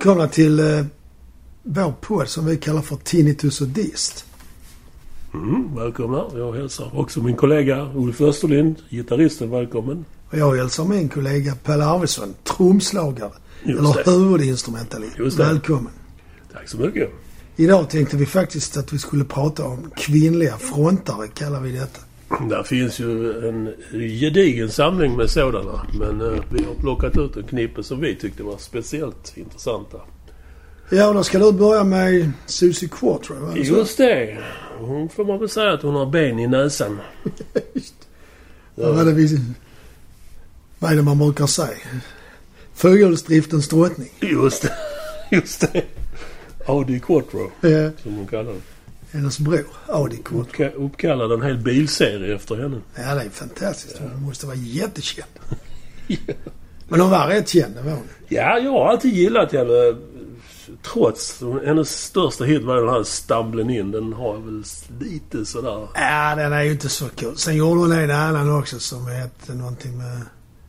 Välkomna till vår podd som vi kallar för Tinnitus och Dist. Välkomna. Jag hälsar också min kollega Ulf Österlind, gitarristen, välkommen. Och jag hälsar min kollega Pelle Arvidsson, trumslagare. Eller huvudinstrumentalist. Välkommen. Tack så mycket. Idag tänkte vi faktiskt att vi skulle prata om kvinnliga frontare, kallar vi detta. Där finns ju en gedigen samling med sådana. Men vi har plockat ut en knippe som vi tyckte var speciellt intressanta. Ja, då ska du börja med Susie Quatro, va? Just det. Hon får man väl säga att hon har ben i näsan. Just. Ja. Vad är det man brukar säga? Fyrhjulsdriftens drottning. Just det. Audi Quattro, ja. Som hon kallar det. Hennes bror, Audi Quattro. Uppkallade en hel bilserie efter henne. Ja, det är fantastiskt. Hon måste vara jättekänd. Ja. Men hon var rätt känd, det var hon. Ja, jag har alltid gillat henne. Trots hennes största hit var den här Stumblen In. Den har väl lite sådär. Ja, den är ju inte så kul. Sen gjorde hon en annan också som hette någonting med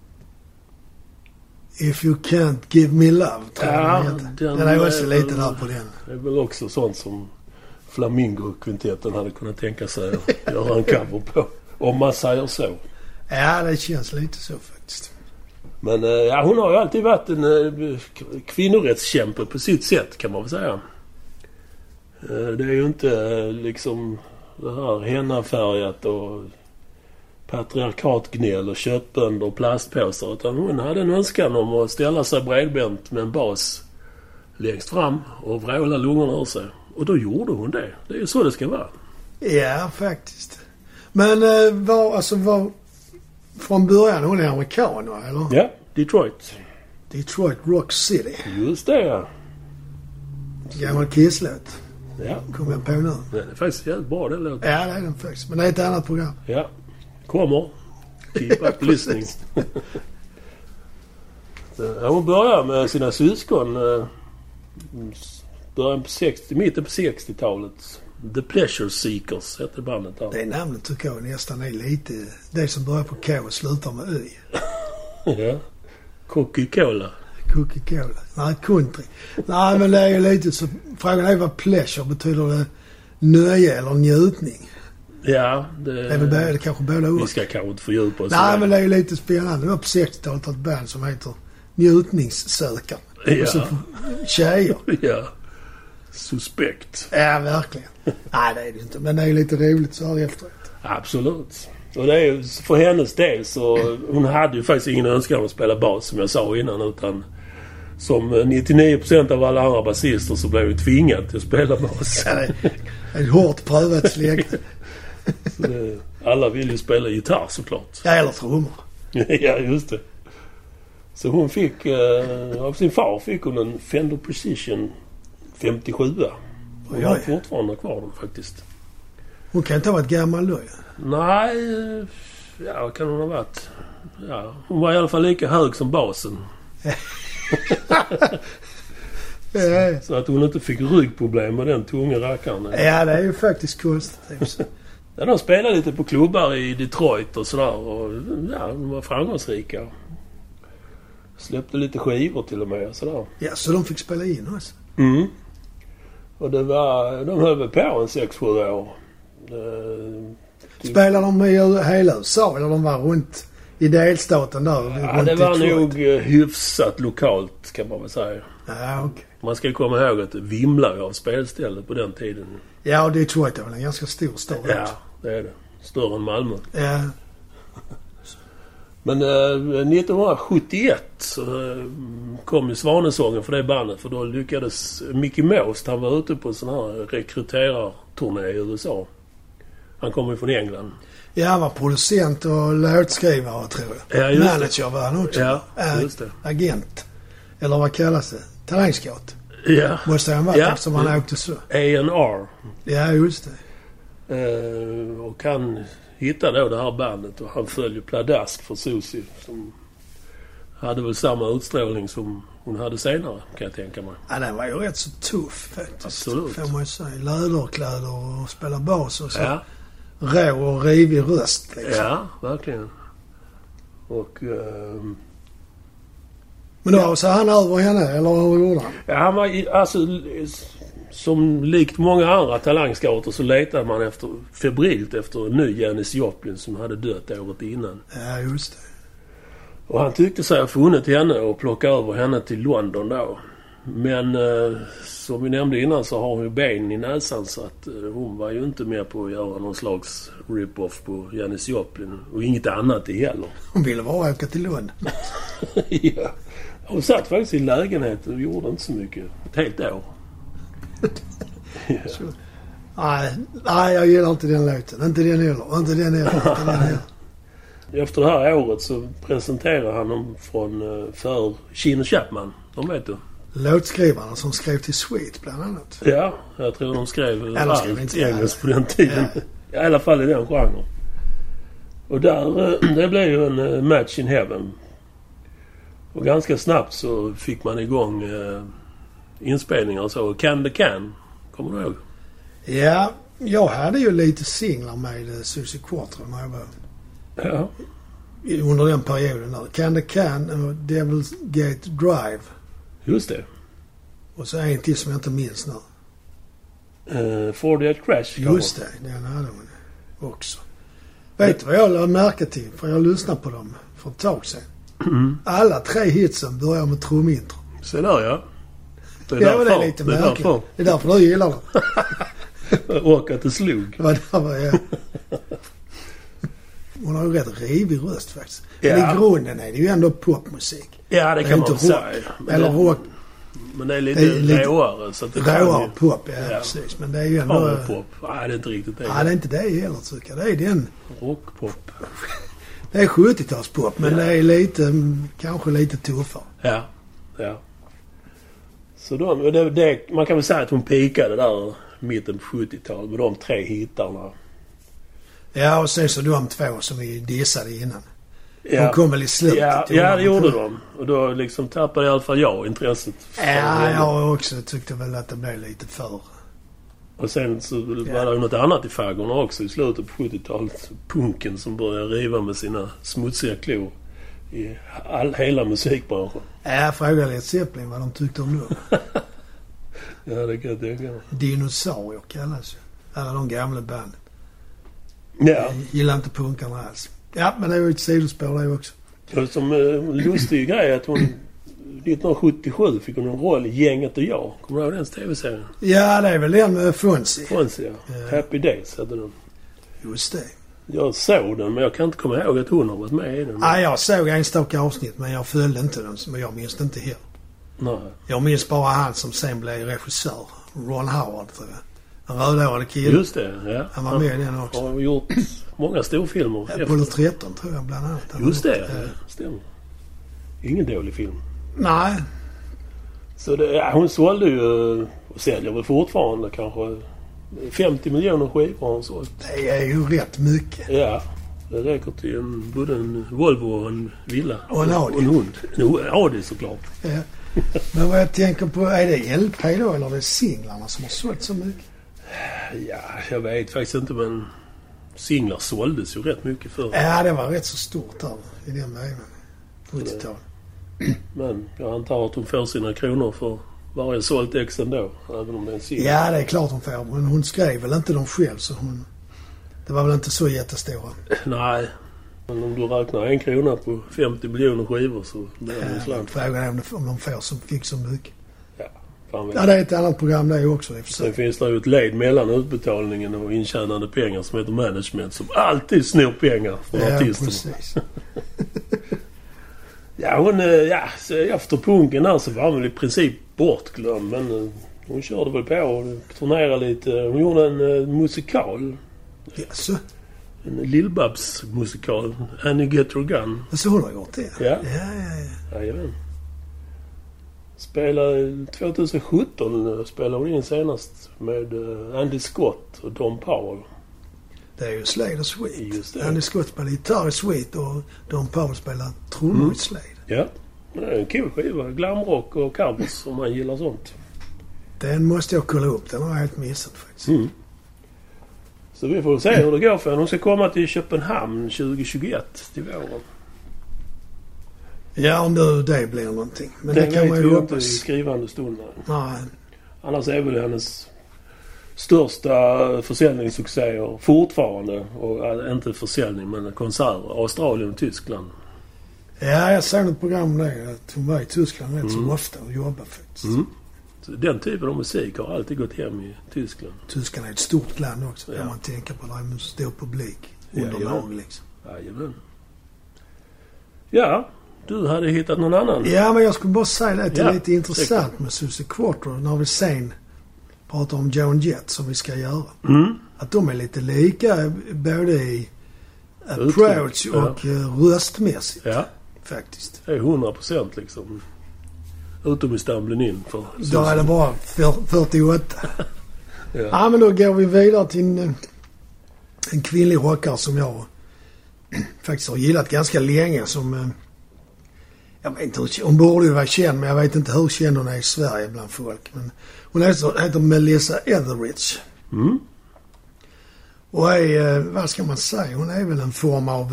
If You Can't Give Me Love, tror jag den är också lite där på den. Det är väl också sånt som Flamingo-kvintetten hade kunnat tänka sig att göra en cover på. Om man säger så. Ja, det känns lite så faktiskt. Men ja, hon har ju alltid varit en kvinnorättskämpe på sitt sätt, kan man väl säga. Det är ju inte liksom det här hennafärgat och patriarkatgnäll och köttbönder och plastpåsar, utan hon hade en önskan om att ställa sig bredbent med en bas längst fram och vråla lungorna ur sig. Och då gjorde hon det. Det är ju så det ska vara. Ja, faktiskt. Men var från början hon är amerikan, va, eller? Ja, Detroit Rock City. Just det, ja. Gammal kisslåt. Ja. Kommer jag på nu. Det är faktiskt jävligt bra, det låter. Ja, det är den faktiskt. Men det är ett annat program. Ja. Kommer. Keep up listening. Hon började med sina syskon. Början på mitten på 60-talet. The Pleasure Seekers heter bandet där. Det namnet tycker jag nästan är lite... Det som börjar på K och slutar med Ö. Ja. Coca-Cola. Nej, country. Nej, men det är ju lite så... Frågan är vad pleasure betyder. Det nöje eller njutning? Ja, det är väl det kanske båda ord. Vi ska kanske inte fördjupa oss. Nej, men det är ju lite spännande. Det var på 60-talet ett band som heter Njutningssökaren. Ja. Och så tjejer. Ja. Suspekt. Ja, verkligen. Nej, det är det inte. Men det är lite roligt så här efteråt. Absolut. Och det är ju för hennes del så... Hon hade ju faktiskt ingen önskan om att spela bas, som jag sa innan, utan... Som 99% av alla andra basister så blev vi tvingad till att spela bas. Ja, det är ett hårt prövat släkt. Alla vill ju spela gitarr såklart. Ja, eller trummor. Ja, just det. Så hon fick... av sin far fick hon en Fender Precision 57. Hon har fortfarande kvar den faktiskt. Hon kan inte ha varit gammal då, ja. Nej, ja, kan hon ha varit. Ja, hon var i alla fall lika hög som basen. Så att hon inte fick ryggproblem med den tunga rackaren. Ja, det är ju faktiskt konstigt. Ja, de spelade lite på klubbar i Detroit och sådär. Och ja, de var framgångsrika. Släppte lite skivor till och med. Sådär. Ja, så de fick spela in också. Mm. Och det var... De höll väl på en 6-7 år. Spelade de i hela USA eller de var runt i delstaten där? Ja, det var nog hyfsat lokalt kan man väl säga. Ja, okej. Man ska komma ihåg att det vimlar av spelstället på den tiden. Ja, och Detroit är väl en ganska stor stad. Ja, det är det. Större än Malmö. Ja. Men 1971 så kom ju Svanesången för det bandet. För då lyckades Mickey Most, han var ute på en sån här rekryterarturné i USA. Han kommer ju från England. Ja, han var producent och låtskrivare, tror jag. Ja, just manager var han också. Ja, just det. Agent. Eller vad kallas det? Talangscout. Ja. Måste han vara, eftersom han åkte så. A&R. Ja, just det. Och han hittade då det här bandet och han följde pladask för Susie som hade väl samma utstrålning som hon hade senare, kan jag tänka mig. Ja, den var ju rätt så tuff faktiskt. Absolut. Får man ju säga. Läderkläder och spela bas och så. Ja. Rå och rivig röst liksom. Ja, verkligen. Och... Men då så han över henne, eller hur gjorde han? Ja, han var alltså... Som likt många andra talangscouter så letade man febrilt efter en ny Janis Joplin som hade dött året innan. Ja, just det. Och han tyckte sig ha funnit henne och plocka över henne till London då. Men som vi nämnde innan så har hon ju ben i näsan så att hon var ju inte med på att göra någon slags rip-off på Janis Joplin. Och inget annat i heller. Hon ville bara åka till Lund. Ja. Hon satt faktiskt i lägenhet och gjorde inte så mycket. Ett helt år. Ja. Nej, jag gillar inte den låten. Inte den heller. Efter det här året så presenterar han dem för Gene Chapman. De vet du. Låtskrivarna som skrev till Sweet bland annat. Ja, jag tror de skrev allt engelskt på den Ja. tiden. I alla fall i den genren. Och där, det blev ju en match in heaven. Och ganska snabbt så fick man igång inspelningar och så. Can the Can, kommer du ihåg? Ja, jag hade ju lite singlar med Susie Quattro när jag var Ja. under den perioden där. Can the Can och Devil's Gate Drive. Just det. Och så en till som jag inte minns nu. 48 Crash. Just det, den hade hon också. Vet du vad jag lade märke till? För jag lyssnade på dem för ett tag sedan. Mm. Alla 3 hitsen börjar med trumintro. Så där ja. Det är Ja, därför. det är lite märkligt. Därför. Det är därför du gillar det. Och att det slog. Det var därför jag... Hon har ju rätt rivig röst faktiskt. Ja. Men i grunden är det ju ändå popmusik. Ja, det är kan man inte säga. rock. Eller rock. Men det är lite, Det är lite råare. Så att det kan Råare ju- pop, ja, precis. Men det är ju ändå... Powerpop. Nej, det är inte riktigt det. Ja, det är inte det heller tycker jag. Det är den... Rockpop. Det är 70-talspop, men det är lite... Kanske lite tuffare. Ja. Ja. Så man kan väl säga att hon pikade där mitten på 70-talet med de 3 hittarna. Ja, och sen så de 2 som vi dissade innan. Ja. De kom väl i slutet. Ja, det gjorde de. Och då liksom tappade i alla fall jag intresset för Ja, henne. jag också tyckte väl att det blev lite för... Och sen så var det ju något annat i faggorna också i slutet på 70-talet. Punken som började riva med sina smutsiga klor i hela musikbranschen. Ja, fråga Led Zeppelin vad de tyckte om dem. Ja, det kan jag tänka mig. Dinosaurier kallas ju. Alla de gamla banden. Ja, Jag gillar inte punkarna alls. Ja, men det är ju ett sidospår det också. och som lustig grej att hon 1977 fick hon en roll i Gänget och jag. Kommer du ihåg den tv-serien? Ja, det är väl den med Fonzie. Fonzie, ja. Happy Days hette den. Just det. Jag såg den men jag kan inte komma ihåg att hon har varit med i den. Ja, jag såg enstaka avsnitt men jag följde inte den. Men jag minns det inte helt. Nej. Jag minns bara han som sen blev regissör. Ron Howard, tror jag. En rödhårig kille. Just det, ja. Han var med i den också. Har gjort många storfilmer. Apollo 13 tror jag bland annat. Han Just har det, gjort, stämmer. Ingen dålig film. Nej, Så hon sålde ju och säljer väl fortfarande kanske 50 miljoner skivor har hon sålt. det är ju rätt mycket. Ja, det räcker till både en Volvo och en villa. Och en Audi. Och en hund. En Audi såklart. Ja. Men vad jag tänker på, är det LP då eller är det singlarna som har sålt så mycket? Ja, jag vet faktiskt inte men singlar såldes ju rätt mycket förr. Ja, det var rätt så stort där i den vägen. 70-talet. Men jag antar att hon får sina kronor för varje sålt ex ändå. Även om det är en singel. Ja, det är klart hon får. Men hon skrev väl inte dem själv så hon... Det var väl inte så jättestora. Nej. Men om du räknar 1 krona på 50 miljoner skivor så blir det en slant. Frågan är om de får som fick så mycket. Ja, fan vet. Ja, det är ett annat program det också i och för Sen sig. finns det ju ett led mellan utbetalningen och intjänande pengar som heter management som alltid snor pengar från Ja, artisterna. precis. Ja, så efter punken där så var hon väl i princip bortglömd. Men hon körde väl på och turnerade lite. Hon gjorde en musikal. Jaså? En Lill-Babs musikal. Annie Get Your Gun. Så hon har gjort det? Ja. Ja. Jajamän. Spelade 2017 spelade hon in senast med Andy Scott och Don Powell. Det är ju Slade och Sweet. Just det. Andy Scott spelar gitarr i Sweet och Don Powell spelar trummor i Slade. Ja. Det är en kul skiva. Glamrock och covers om man gillar sånt. Den måste jag kolla upp. Den har jag helt missat faktiskt. Mm. Så vi får se hur det går för henne. Hon ska komma till Köpenhamn 2021 till våren. Ja, om det blir någonting. Men det kan vet man ju vi inte i hoppas. skrivande stund. Nej. Annars är väl hennes största försäljningssuccéer fortfarande, och inte försäljning men konserter, Australien och Tyskland. Ja, jag såg ett program om det. Att hon var i Tyskland rätt så ofta och jobbade faktiskt. Så den typen av musik har alltid gått hem i Tyskland. Tyskland är ett stort land också. Kan man tänka på. Det är en stor publik. Underlag liksom. Jajamän. Ja, du hade hittat någon annan. Ja, men jag skulle bara säga det. Det är lite intressant säkert med Susie Quattro. När vi sen pratar om Joan Jett som vi ska göra. Att de är lite lika både i approach och röstmässigt. Ja. Faktiskt. Det är 100% liksom. Utom i Stumbling In för Då är det bara 48. Ja. Men då går vi vidare till en kvinnlig rockare som jag faktiskt har gillat ganska länge. Som jag vet inte, hon borde ju vara känd, men jag vet inte hur känd hon är i Sverige bland folk. Men hon heter Melissa Etheridge. Och är, vad ska man säga, hon är väl en form av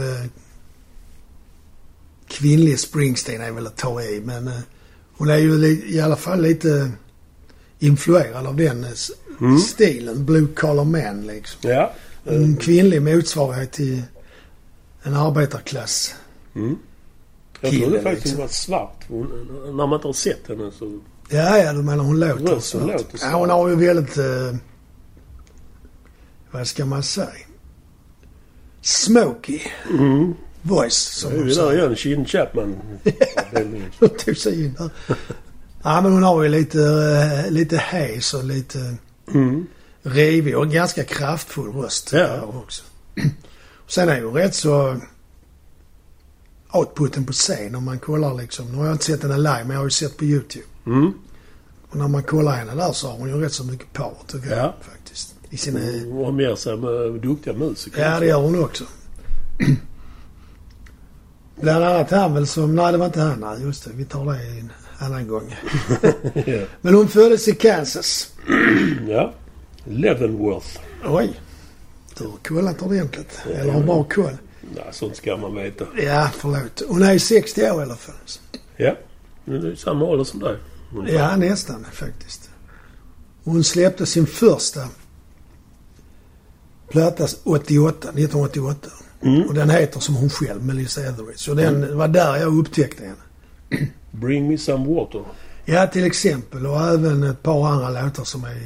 kvinnlig Springsteen är väl att ta i, men hon är ju i alla fall lite influerad av den stilen, Blue Collar Man liksom. Ja. En kvinnlig motsvarighet till en arbetarklass. Jag trodde faktiskt liksom. hon var svart. När man inte har sett henne så... Ja, du menar hon låter Rösten svart. låter svart. Ja, hon har ju väldigt, vad ska man säga, smoky voice som Nu är de vi där säger. igen, Gene Chapman. Hon tog sig in där. Ja, men hon har ju lite hes och lite rivig och ganska kraftfull röst. Ja. Också. Sen är ju rätt så outputen på scen om man kollar liksom. Nu har jag inte sett henne live, men jag har ju sett på YouTube. Och när man kollar henne där så har hon ju rätt så mycket power tycker jag faktiskt. I sina... Hon har med sig med duktiga musiker. Ja, det gör hon också. Bland annat han väl som... Nej, det var inte han. Nej, just det. Vi tar det en annan gång. Ja. Men hon föddes i Kansas. Ja. Leavenworth. Oj. Du har kollat ordentligt. Eller har bra koll. Nej, sånt ska man veta. Ja, förlåt. Hon är 60 år i alla fall. Ja. Det är samma ålder som dig. Ja, nästan faktiskt. Hon släppte sin första platta 1988. Och den heter som hon själv, Melissa Etheridge. Och den var där jag upptäckte henne. Bring me some water. Ja, till exempel. Och även ett par andra låtar som är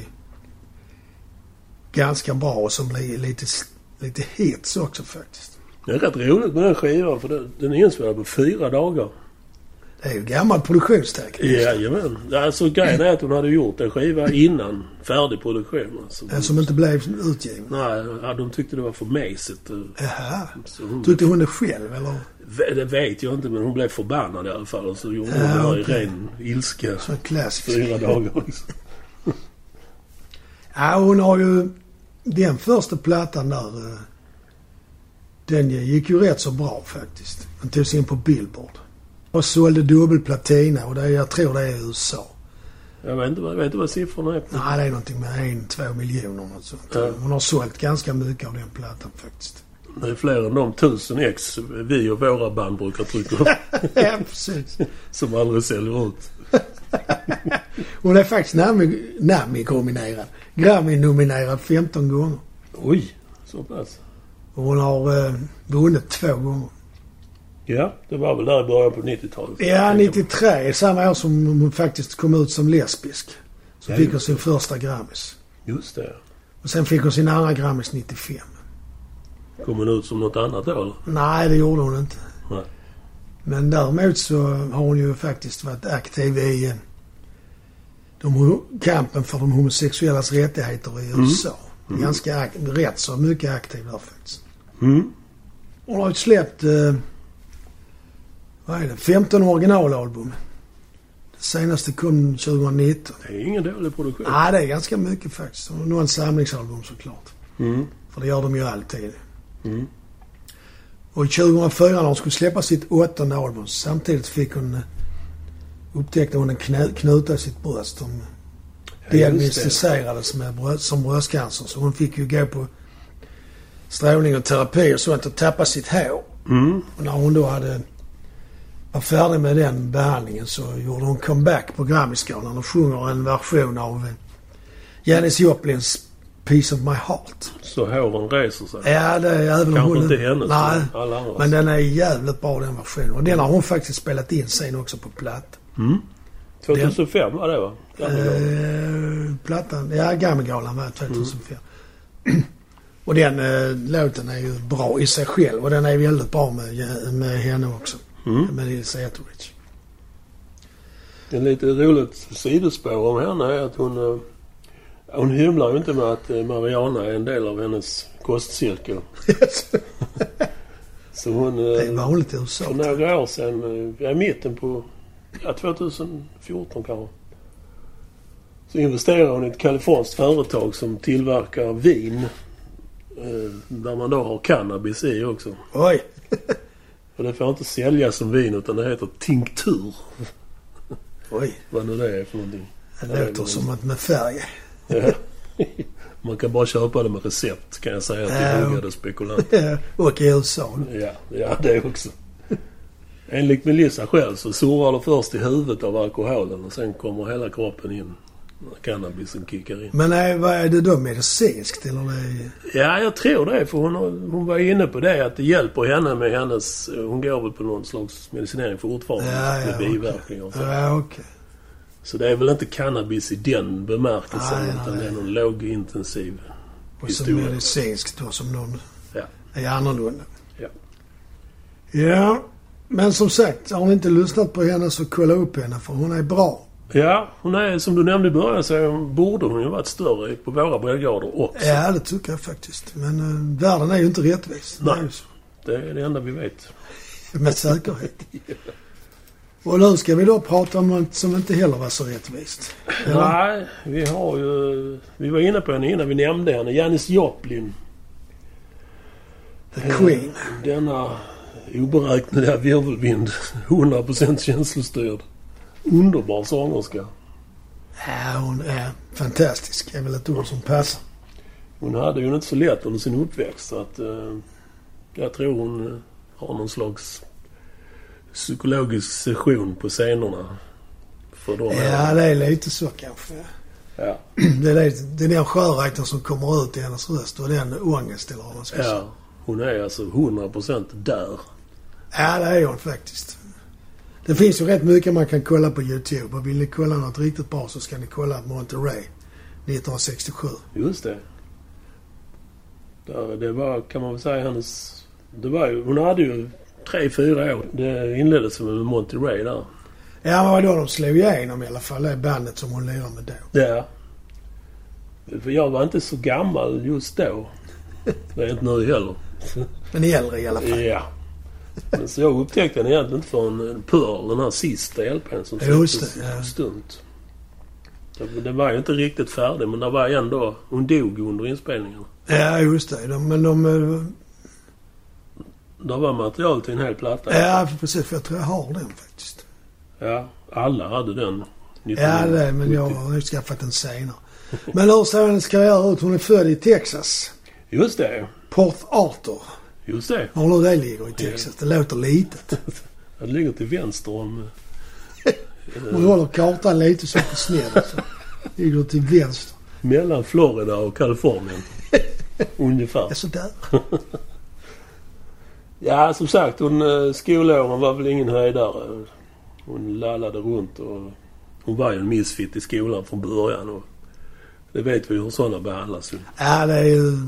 ganska bra och som blir lite hits också faktiskt. Det är rätt roligt med den skivan för den är inspelad på 4 dagar. Det är ju gammal produktionsteknik. Jajamän. Alltså grejen är att hon hade gjort en skiva innan färdig produktion. Alltså. Den som inte blev utgiven. Nej, de tyckte det var för mesigt. Jaha. Hon Tyckte hon det själv eller? Det vet jag inte, men hon blev förbannad i alla fall. Och så gjorde hon det i ren ilska. Så klassiskt. 4 dagar liksom. Ja, hon har ju... Den första plattan där... Den gick ju rätt så bra faktiskt. Den tog sig in på Billboard. Och sålde dubbelplatina och jag tror det är i USA. Jag vet inte vad siffrorna är på. Nej, det är någonting med 1-2 miljoner och något sånt. Ja. Hon har sålt ganska mycket av den plattan faktiskt. Det är fler än de 1000 ex vi och våra band brukar trycka upp. Ja, precis. Som aldrig säljer ut. Hon är faktiskt Grammy-nominerad 15 gånger. Oj, så pass. Och hon har vunnit 2 gånger. Ja, det var väl där i början på 90-talet. Ja, 93. Samma år som hon faktiskt kom ut som lesbisk. Så Ja, fick hon sin första Grammys. Just det. Och sen fick hon sin andra Grammys 95. Kom hon ut som något annat då eller? Nej, det gjorde hon inte. Nej. Men däremot så har hon ju faktiskt varit aktiv i kampen för de homosexuellas rättigheter i USA. Ganska rätt så mycket aktiv där faktiskt. Hon har ju släppt 15 originalalbum. Det senaste kom 2019. Det är ingen dålig produktion. Nej, det är ganska mycket faktiskt. Och någon samlingsalbum såklart. För det gör de ju alltid. Och 2004 när hon skulle släppa sitt 8:e album, samtidigt upptäckte hon en knuta i sitt bröst som diagnostiserades som bröstcancer. Så hon fick ju gå på strålning och terapi och sånt och tappa sitt hår. Och när hon då hade var färdig med den behandlingen så gjorde hon comeback på Grammy-skalan och sjunger en version av Janis Joplins Piece of My Heart. Så håren reser sig. Ja, det är även kanske hon... inte hennes, nej, alla andra. Men den är jävligt bra den versionen. Och den har hon faktiskt spelat in sen också på platt. 2005 var det va? Plattan, ja, Grammy-galan var 2005. Och den låten är ju bra i sig själv. Och den är väldigt bra med henne också. Med Elsa Etheridge. En lite roligt sidospår om henne är att hon hymlar ju inte med att Mariana är en del av hennes kostcirkel. Så hon... Det är vanligt i USA. För några år sedan, i mitten på 2014 kanske, så investerade hon i ett kaliforniskt företag som tillverkar vin. Där man då har cannabis i också. Oj! Och det får inte säljas som vin utan det heter tinktur. Oj. Vad nu det är för någonting. Det låter som att med färg. Ja. Man kan bara köpa det med recept kan jag säga till hugade spekulanter. Och i USA. Ja, det också. Enligt Melissa själv så surrar det först i huvudet av alkoholen och sen kommer hela kroppen in när cannabisen kickar in. Men vad är det då, medicinskt eller det? Ja, jag tror det, för hon var inne på det att det hjälper henne med hennes... Hon går väl på någon slags medicinering fortfarande med biverkningar och så. Ja, okej. Så det är väl inte cannabis i den bemärkelsen utan det är någon lågintensiv historia. Och så medicinskt då som någon är annorlunda. Ja. Ja, men som sagt, har ni inte lyssnat på henne så kolla upp henne för hon är bra. Ja, hon är, som du nämnde i början så borde hon ju varit större på våra breddgrader också. Ja, det tycker jag faktiskt. Men världen är ju inte rättvis. Nej, det är det enda vi vet. Med säkerhet. Och nu ska vi då prata om något som inte heller var så rättvist. Nej, vi var inne på henne innan vi nämnde henne. Janis Joplin. The Queen. Denna oberäkneliga virvelvind. 100% känslostyrd. Underbar sångerska. Ja, hon är fantastisk. Det är väl ett ord som passar. Hon hade ju inte så lätt under sin uppväxt. Så att, jag tror hon har någon slags psykologisk session på scenerna. För dem. Ja, det är lite så kanske. Ja. Det är den skörheten som kommer ut i hennes röst och den ångest eller vad man ska säga. Hon är alltså 100% där. Ja, det är hon faktiskt. Det finns ju rätt mycket man kan kolla på YouTube. Och vill ni kolla något riktigt bra så ska ni kolla Monterey 1967. Just det. Det var, kan man väl säga, hennes... Det var ju, hon hade ju 3-4 år. Det inleddes med Monterey där. Ja, men vadå, de slog igenom i alla fall. Det är bandet som hon lirar med då. Ja. För jag var inte så gammal just då. Det är inte nu heller. Men äldre i alla fall. Ja. Men så jag upptäckte den egentligen inte från Pearl, den här sista LPn som släpptes stund. Det var ju inte riktigt färdig, men det var ändå... Hon dog under inspelningen. Ja, just det. Men det var material till en hel platta. Ja, precis. För jag tror jag har den faktiskt. Ja, alla hade den. Ja, det, men jag har ju skaffat den senare. Men hur ser hennes karriär ut? Hon är född i Texas. Just det. Port Arthur. Just det. Var det ligger i Texas? Det låter litet. Det ligger till vänster om... Man håller kartan lite så på sned. Så ligger till vänster. Mellan Florida och Kalifornien. Ungefär. Ja, sådär. Ja, som sagt, skolåren var väl ingen höjdare. Hon lallade runt och hon var ju en missfit i skolan från början. Och det vet vi hur sådana behandlas. Ja, det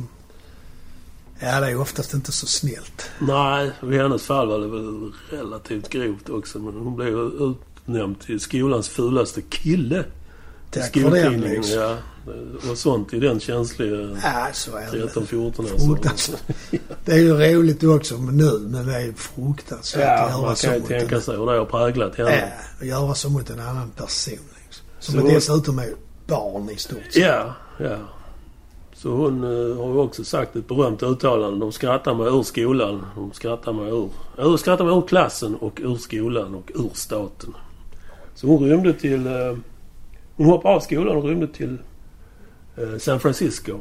är oftast inte så snällt. Nej, i hennes fall var det väl relativt grovt också. Men hon blev utnämnd till skolans fulaste kille. Tack för det, liksom. Ja, och sånt i den känsliga 13-14 år. Det är ju roligt också nu, men det är fruktansvärt att göra man kan ju tänka sig hur det har präglat henne. Ja, att göra så mot en annan person. Liksom. Som är dessutom är barn i stort sett. Ja. Så hon har ju också sagt ett berömt uttalande. De skrattar mig ur skolan. De skrattar mig ur klassen och ur skolan och ur staten. Så hon rymde till... Hon hoppade av skolan och rymde till San Francisco.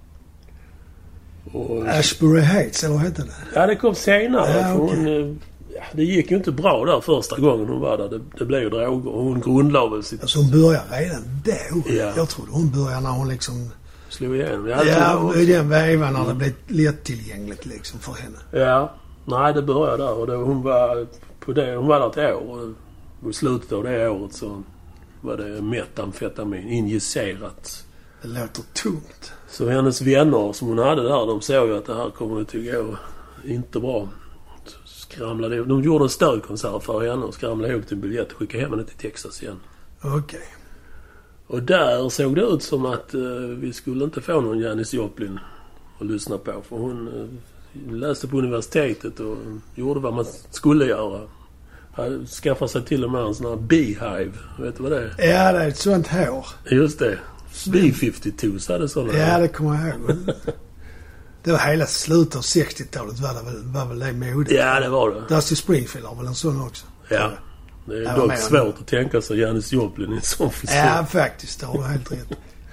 Och, Ashbury Heights, eller vad heter det? Ja, det kom senare. Ja, okay. det gick ju inte bra där första gången hon var där. Det blev ju droger och hon grundlade väl sitt... Alltså hon började redan då. Ja. Jag trodde hon började när hon liksom... Slog igenom. I den vävan när det blev lättillgängligt liksom för henne. Ja. Nej, det började där. Och hon var där ett år. Och i slutet av det året så var det metamfetamin injicerat. Det låter tungt. Så hennes vänner som hon hade där, de såg ju att det här kommer att gå inte bra. Skramlade, de gjorde en stödkonsert för henne och skramlade ihop till en biljett och skickade hem henne till Texas igen. Okej. Och där såg det ut som att vi skulle inte få någon Janis Joplin att lyssna på. För hon läste på universitetet och gjorde vad man skulle göra. Skaffade sig till och med en sån här beehive. Vet du vad det är? Ja, det är ett sånt hår. Just det. B-52 hade sådana. Ja, det kommer jag ihåg. Det var hela slutet av 60-talet var väl det modet. Ja, det var det. Dusty Springfield har väl en sån också. Ja. Det är dock svårt att tänka sig Janis Joplin i en sån frisyr. Ja, faktiskt. Det har du helt rätt.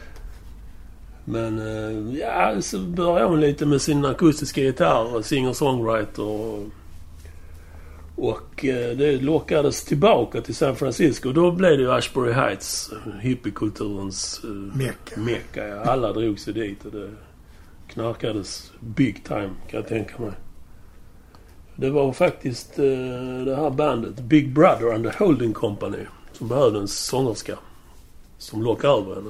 Men ja, så började hon lite med sin akustiska gitarr, singer-songwriter och det lockades tillbaka till San Francisco. Då blev det ju Ashbury Heights, hippiekulturens mecka. Ja. Alla drog sig dit och det knarkades big time, kan jag tänka mig. Det var faktiskt det här bandet Big Brother and the Holding Company som behövde en sångerska som lockade över henne.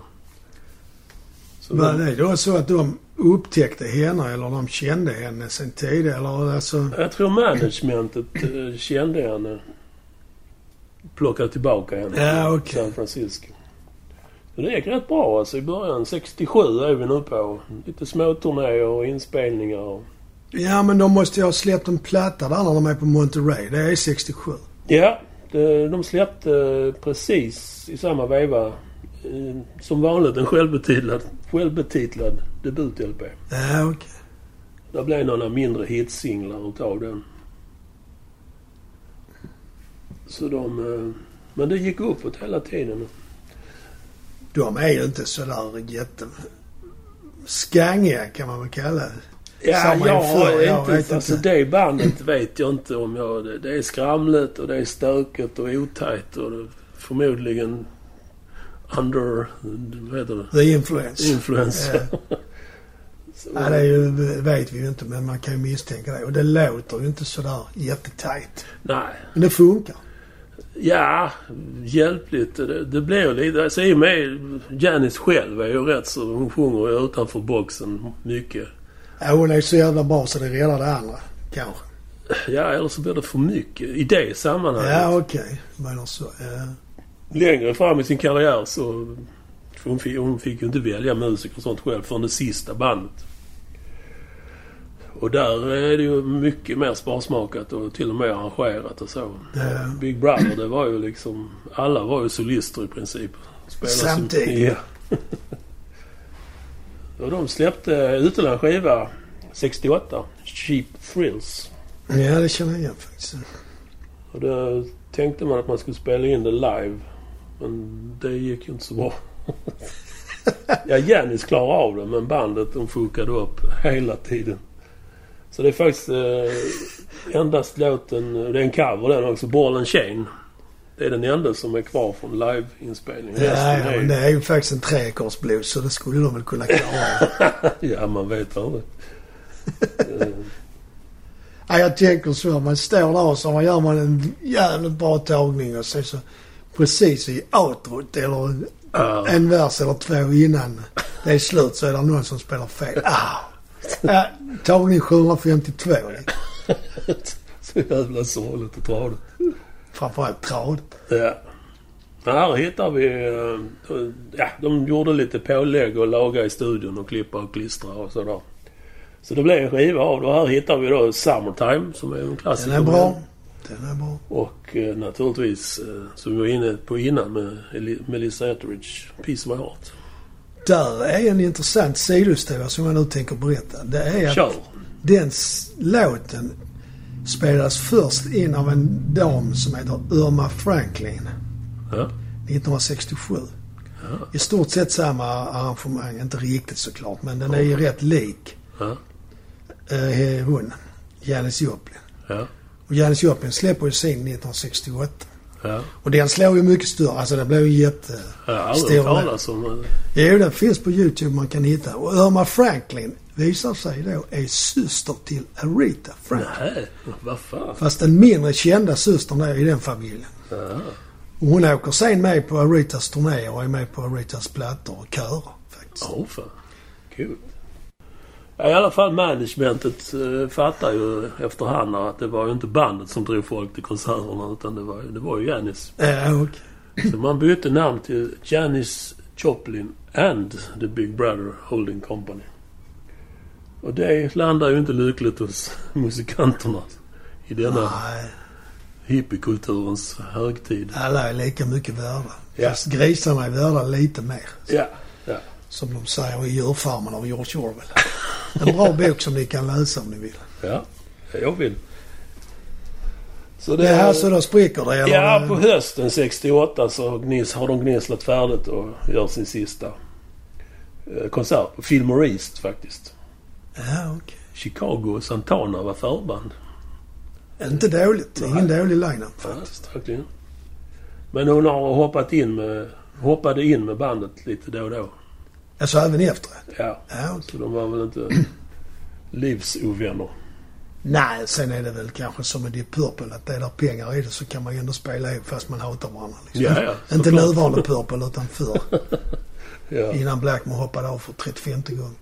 Var det då så att de upptäckte henne eller de kände henne sen tidigare? Eller alltså... Jag tror managementet kände henne. Plockade tillbaka henne till San Francisco. Så det gick rätt bra alltså i början. 67 är vi nu på. Lite småturnéer och inspelningar. Ja, men de måste ju ha släppt en platta där när de är på Monterey. Det är 67. Ja, de släppte precis i samma veva. Som vanligt en självbetitlad debut-LP. Ja, okej. Det blev några mindre hitsinglar utav den. Så men det gick uppåt hela tiden. De är ju inte sådär skangiga kan man väl kalla det. Ja, jag vet inte. Alltså det bandet vet jag inte om det är skramlet och det är stöket och otajt och det förmodligen under, vad heter det? The influence. Ja. Ja, det är ju, vet vi ju inte, men man kan ju misstänka det. Och det låter ju inte sådär jättetajt. Nej. Men det funkar. Ja, hjälpligt. Det blir ju lite... Alltså i och med Janis själv är ju rätt så hon sjunger ju utanför boxen mycket. Ja, hon är så jävla bra så det redan det andra, kanske. Ja, eller så blir det för mycket i det sammanhanget. Ja, okej. Men så, längre fram i sin karriär så... Hon fick ju inte välja musik och sånt själv från det sista bandet. Och där är det ju mycket mer sparsmakat och till och med arrangerat och så. Ja. Big Brother, det var ju liksom... Alla var ju solister i princip. Samtidigt. Ja. Och de släppte ytterligare en skiva 68. Cheap Thrills. Ja, det känner jag igen faktiskt. Och då tänkte man att man skulle spela in det live. Men det gick ju inte så bra. Ja, Janis klarade av det, men bandet de fuckade upp hela tiden. Så det är faktiskt endast låten, det är en cover den också, Ball and Chain. Det är den enda som är kvar från live-inspelningen. Ja, men det är ju faktiskt en treackordsblues så det skulle de väl kunna klara av. Ja, man vet aldrig. Ja, jag tänker så. Man står där och så gör man en jävligt bra tagning och så precis i outrot eller en vers eller två innan det är slut så är det någon som spelar fel. Tagning 752. Så jävla sorgligt och tradigt. Framförallt tradigt. Ja. Här hittar vi... de gjorde lite pålägg och laga i studion och klippa och klistra och sådär. Så det blev en skiva av det. Här hittar vi då Summertime som är en klassiker. Den är bra. Den är bra. Och naturligtvis, som vi var inne på innan med Melissa Etheridge, Piece of My Heart. Där är en intressant sidohistoria som jag nu tänker berätta. Det är att den låten spelades först in av en dam som heter Irma Franklin. 1967. Ja. I stort sett samma arrangemang, inte riktigt såklart, men den är ju rätt lik hon, Janis Joplin. Ja. Och Janis Joplin släpper ju sin 1968. Ja. Och den slår ju mycket större. Alltså det blev ju jättestor. Jo, den finns på YouTube man kan hitta. Och Irma Franklin visar sig då är syster till Aretha Franklin. Nej, vad fan. Fast den mindre kända systern är i den familjen. Ja. Och hon åker sen med på Arethas turnéer och är med på Arethas plattor och körer faktiskt. Fan. Kul. Ja, i alla fall managementet fattar ju efterhand att det var ju inte bandet som drog folk till konserterna utan det var ju Janis. Ja, okej. Så man bytte namn till Janis Joplin and the Big Brother Holding Company. Och det landar ju inte lyckligt hos musikanterna i denna hippiekulturens högtid. Alla är lika mycket värda. Ja. Fast grisarna är värda lite mer. Ja. Som de säger i Djurfarmen av George Orwell. En bra bok som ni kan läsa om ni vill. Ja, jag vill. Så det är här så då spricker det? Eller? Ja, på hösten 68 så har de gnisslat färdigt och gör sin sista konsert på Fillmore East faktiskt. Ja, okej. Chicago och Santana var förband. Inte dåligt. Ingen dålig line-up faktiskt. Ja, verkligen. Men hon har hoppade in med bandet lite då och då. Alltså även efteråt? Ja, okay. Så de var väl inte livsovänner. Nej, sen är det väl kanske som i Deep Purple att det är där pengar i det så kan man ju ändå spela ihop fast man hatar varandra. Liksom. Ja, inte nuvarande Purple utan förr. Ja. Innan Blackmore hoppade av för 35 gånger.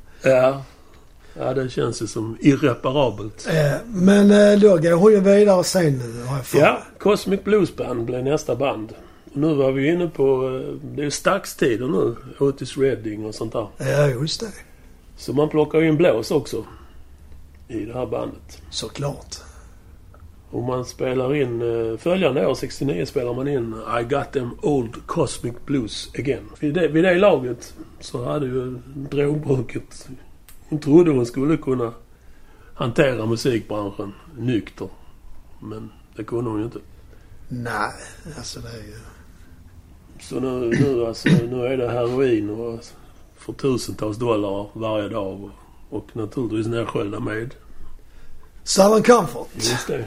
Ja, det känns ju som irreparabelt. Men då går hon ju vidare sen nu, har jag för. Ja, Cosmic Blues Band blev nästa band. Och nu var vi inne på, det är Stax-tider nu, Otis Redding och sånt där. Ja, just det. Så man plockar ju in blås också i det här bandet. Såklart. Och man spelar in, följande år 69 spelar man in I Got Them Old Cosmic Blues Again. Vid det laget så hade ju drogbruket, hon trodde hon skulle kunna hantera musikbranschen nykter. Men det kunde hon ju inte. Nej, alltså det är ju... Så nu är det heroin och för tusentals dollar varje dag och naturligtvis nedsköljda med Southern Comfort. Just det.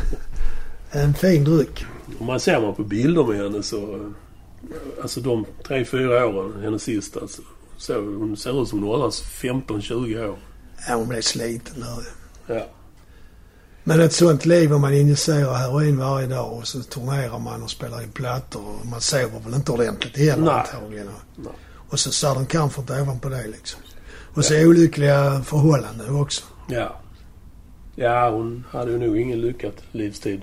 En fin dryck. Om man ser på bilder med henne så, alltså de 3-4 åren, hennes sista, alltså, så hon ser ut som hon hållas 15-20 år. Ja, hon blev sliten där. Ja. Men ett sånt liv om man injicerar heroin varje dag och så turnerar man och spelar in plattor och man sover väl inte ordentligt heller antagligen. Nej. Och så Southern Comfort ovanpå det liksom. Och så olyckliga förhållanden också. Ja, hon hade ju nog ingen lyckat livstid.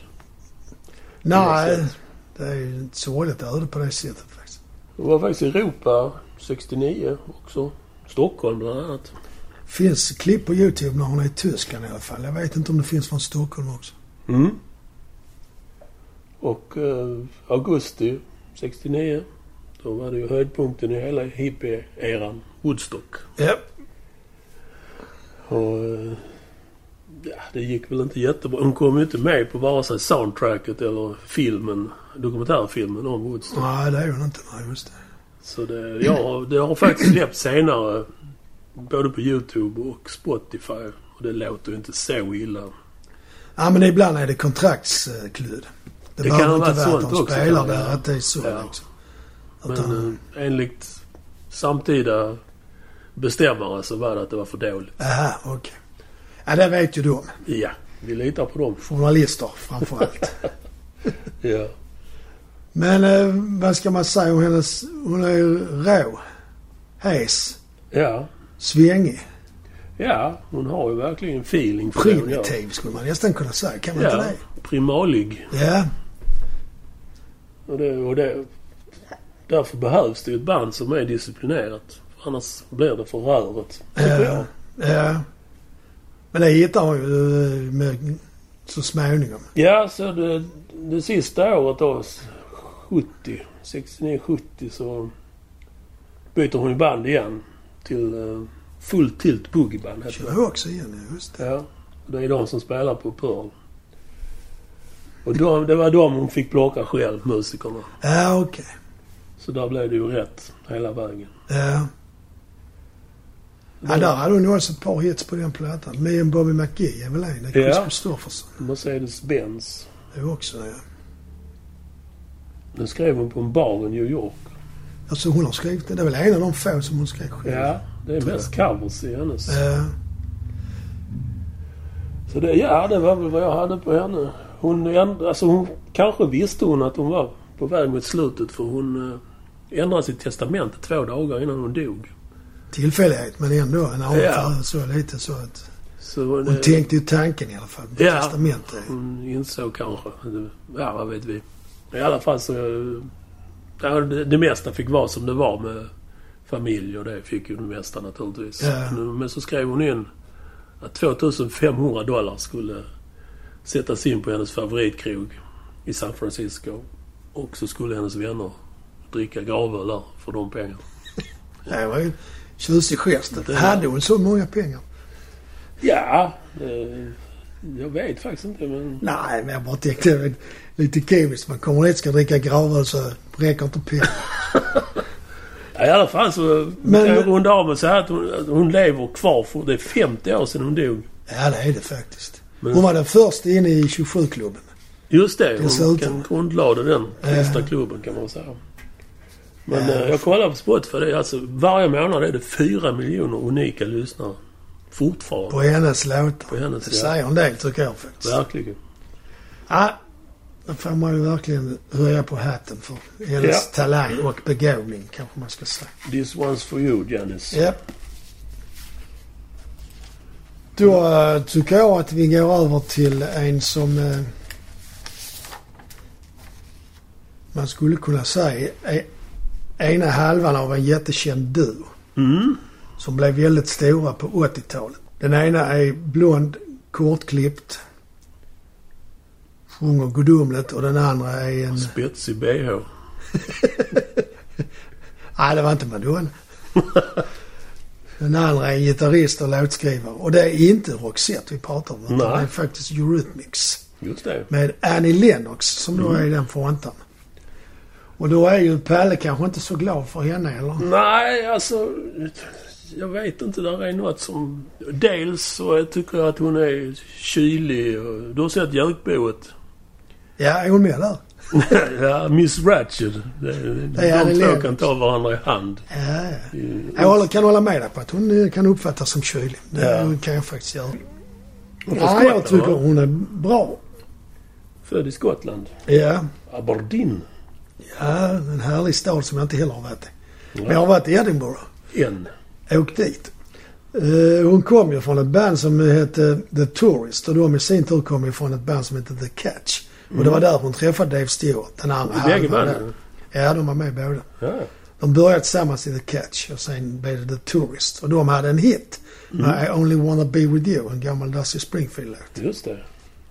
Nej, det är ju ett sorgligt öde på det sättet faktiskt. Hon var faktiskt i Europa 69 också. Stockholm bland annat. Finns klipp på YouTube när hon är i Tyskland i alla fall. Jag vet inte om det finns från Stockholm också. Mm. Och augusti 69, då var det ju höjdpunkten i hela hippie-eran, Woodstock. Ja. Och det gick väl inte jättebra. Hon kom ju inte med på vare sig soundtracket eller dokumentärfilmen om Woodstock. Nej, det är hon inte. Nej, just det. Så det har faktiskt släppts senare både på YouTube och Spotify. Och det låter ju inte så illa. Ja, men ibland är det kontraktskludd. Det kan inte vara sånt också. Spelar det att det är så liksom. Men enligt samtida bestämmare så var det att det var för dåligt. Aha, okej. Ja, det vet ju de. Ja, vi litar på dem. Journalister framförallt. Ja. Men vad ska man säga om hennes... Hon är ju rå. Hes. Ja. Svängig. Ja, hon har ju verkligen feeling för primitiv skulle man nästan kunna säga. Kan man inte det? Primalig. Ja. Och det därför behövs det ju ett band som är disciplinerat. Annars blir det för röret, tycker jag. Ja. Men det hittar hon ju med så småningom. Ja, så det sista året då, 69-70, så byter hon ju band igen till Full Tilt Boogie Band. Kör jag också igen, just det. Ja, det är de som spelar på Pearl. Och det var de hon fick plocka själv, musikerna. Ja, okej. Så där blev det ju rätt hela vägen. Ja. Ja, där hade hon ju också ett par hits på den plattan. Me and Bobby McGee är väl en. Det är Chris Christopherson. Mercedes-Benz. Det är också, ja. Den skrev hon på en bar i New York. Alltså hon har skrivit det. Det är väl en av de få som hon skrev själv. Ja, det är mest covers i hennes. Så det, det var väl vad jag hade på henne. Hon kanske visste hon att hon var på väg mot slutet, för hon ändrade sitt testament 2 dagar innan hon dog. Tillfällighet, men ändå en avfärd så lite så att... Så hon tänkte ju tanken i alla fall på testamentet. Hon insåg kanske. Ja, vad vet vi. I alla fall så... Det mesta fick vara som det var med familj, och det fick ju det mesta naturligtvis. Ja. Men så skrev hon in att $2,500 skulle sättas in på hennes favoritkrog i San Francisco. Och så skulle hennes vänner dricka gravöl där för de pengarna. Det var ju tjusig gest. Hade hon så många pengar? Ja, jag vet faktiskt inte, men... Nej, men jag bara tänkte lite kemiskt. Man kommer hit ska dricka gravöl så räcker inte pengar. Ja, i alla fall så kan jag runda av med så här att hon lever kvar för det är 50 år sedan hon dog. Ja, det är det faktiskt. Men hon var den första inne i 27-klubben. Just det, hon grundlade den kristna klubben kan man säga. Men jag kollar på Spotify, det är alltså varje månad är det 4 miljoner unika lyssnare. Fortfarande. På hennes låtar. Det säger en del tycker jag faktiskt. Verkligen. Ja, då får man ju verkligen höja på hatten för hennes talang och begåvning kanske man ska säga. This one's for you, Janice. Ja. Då tycker jag att vi går över till en som man skulle kunna säga är ena halvan av en jättekänd duo. Som blev väldigt stora på 80-talet. Den ena är blond, kortklippt, sjunger gudomligt, och den andra är en... Spetsig BH. Nej, det var inte Madonna. Den andra är en gitarrist och låtskrivare. Och det är inte Roxette vi pratar om. Det är faktiskt Eurythmics. Just det. Med Annie Lennox som då är den fronten. Och då är ju Palle kanske inte så glad för henne, eller? Nej, alltså... Jag vet inte, där är något som... Dels så tycker jag att hon är kylig. Och du har sett Jökboet. Ja, är hon med där? Ja, Miss Ratched. De två kan ta varandra i hand. Ja. Jag kan hålla med dig på att hon kan uppfattas som kylig. Det kan jag faktiskt göra. Ja, jag tycker hon är bra. Född i Skottland. Ja. Aberdeen. Ja, en härlig stad som jag inte heller har varit i. Men jag har varit i Edinburgh. Åkt dit. Hon kom ju från ett band som hette The Tourist, och de i sin tur kom ju från ett band som hette The Catch. Och det var där hon träffade Dave Stewart, den andra halvan. Ja, de var med båda. Ja. De började tillsammans i The Catch och sen blev det The Tourist. Och de hade en hit med I Only Wanna Be With You, en gammal Dusty Springfield-låt. Just det.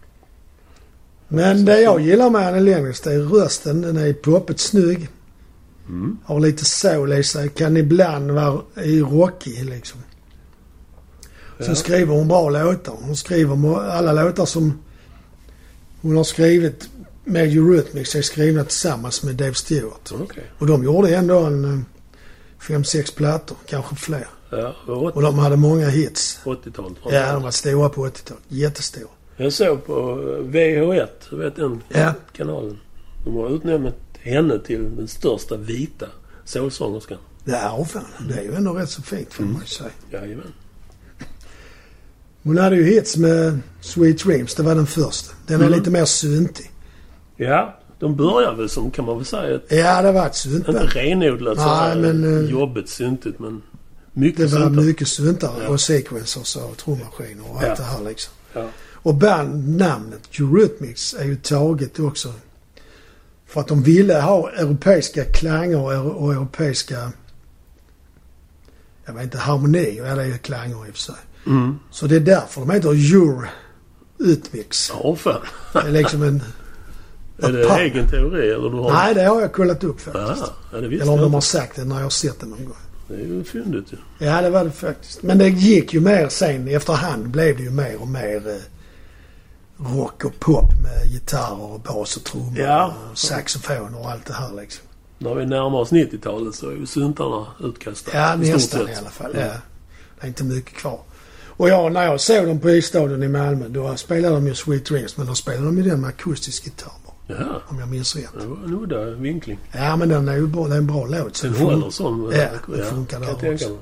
Men det jag gillar med henne längst är rösten. Den är poppigt snygg. Har lite soul i sig. Kan ibland vara i rockig liksom. Så skriver hon bra låtar. Hon skriver alla låtar som hon har skrivit med Eurythmics är skrivna tillsammans med Dave Stewart. Okay. Och de gjorde ändå en 5-6 plattor, kanske fler. Ja, och de hade många hits. 80-talet. Ja, de var stora på 80-talet. Jättestora. Jag såg på VH1, du vet den kanalen. De har utnämnt henne till den största vita sålsångerskan. Ja, fan. Det är ju ändå rätt så fint får man ju säga. Jajamän. Hon hade ju hits med Sweet Dreams. Det var den första. Den är lite mer syntig. Ja, de börjar väl som kan man väl säga. Ja, det var ett synt. Inte renodlat så jobbigt syntigt, men mycket det var syntare. Mycket syntare och sequencers och trummaskiner och allt det här liksom. Ja. Och bandnamnet Eurythmics är ju taget också för att de ville ha europeiska klanger och europeiska, jag vet inte, harmoni. Ja, det är ju klanger i och för sig. Så det är därför de heter Eurythmics. Ja, fan. Det är liksom en... Är det egen teori eller du har... Nej, det har jag kollat upp faktiskt. Ja, det visste eller om jag de har sagt det när jag har sett det någon gång. Det är ju fyndigt ju. Ja, det var det faktiskt. Men det gick ju mer sen. Efterhand blev det ju mer och mer rock och pop med gitarrer och bas och trummor och saxofon och allt det här liksom. När vi närmar oss 90-talet så är ju syntarna utkastade. Ja, nästan i alla fall. Ja. Det är inte mycket kvar. Och när jag såg dem på Isstadion i Malmö, då spelade de ju Sweet Dreams, men då spelade de ju den med akustisk gitarr. Ja. Om jag minns rätt. Det var en udda vinkling. Ja, men den är ju bra, det är en bra låt. Den håller som... Ja, det funkar där också.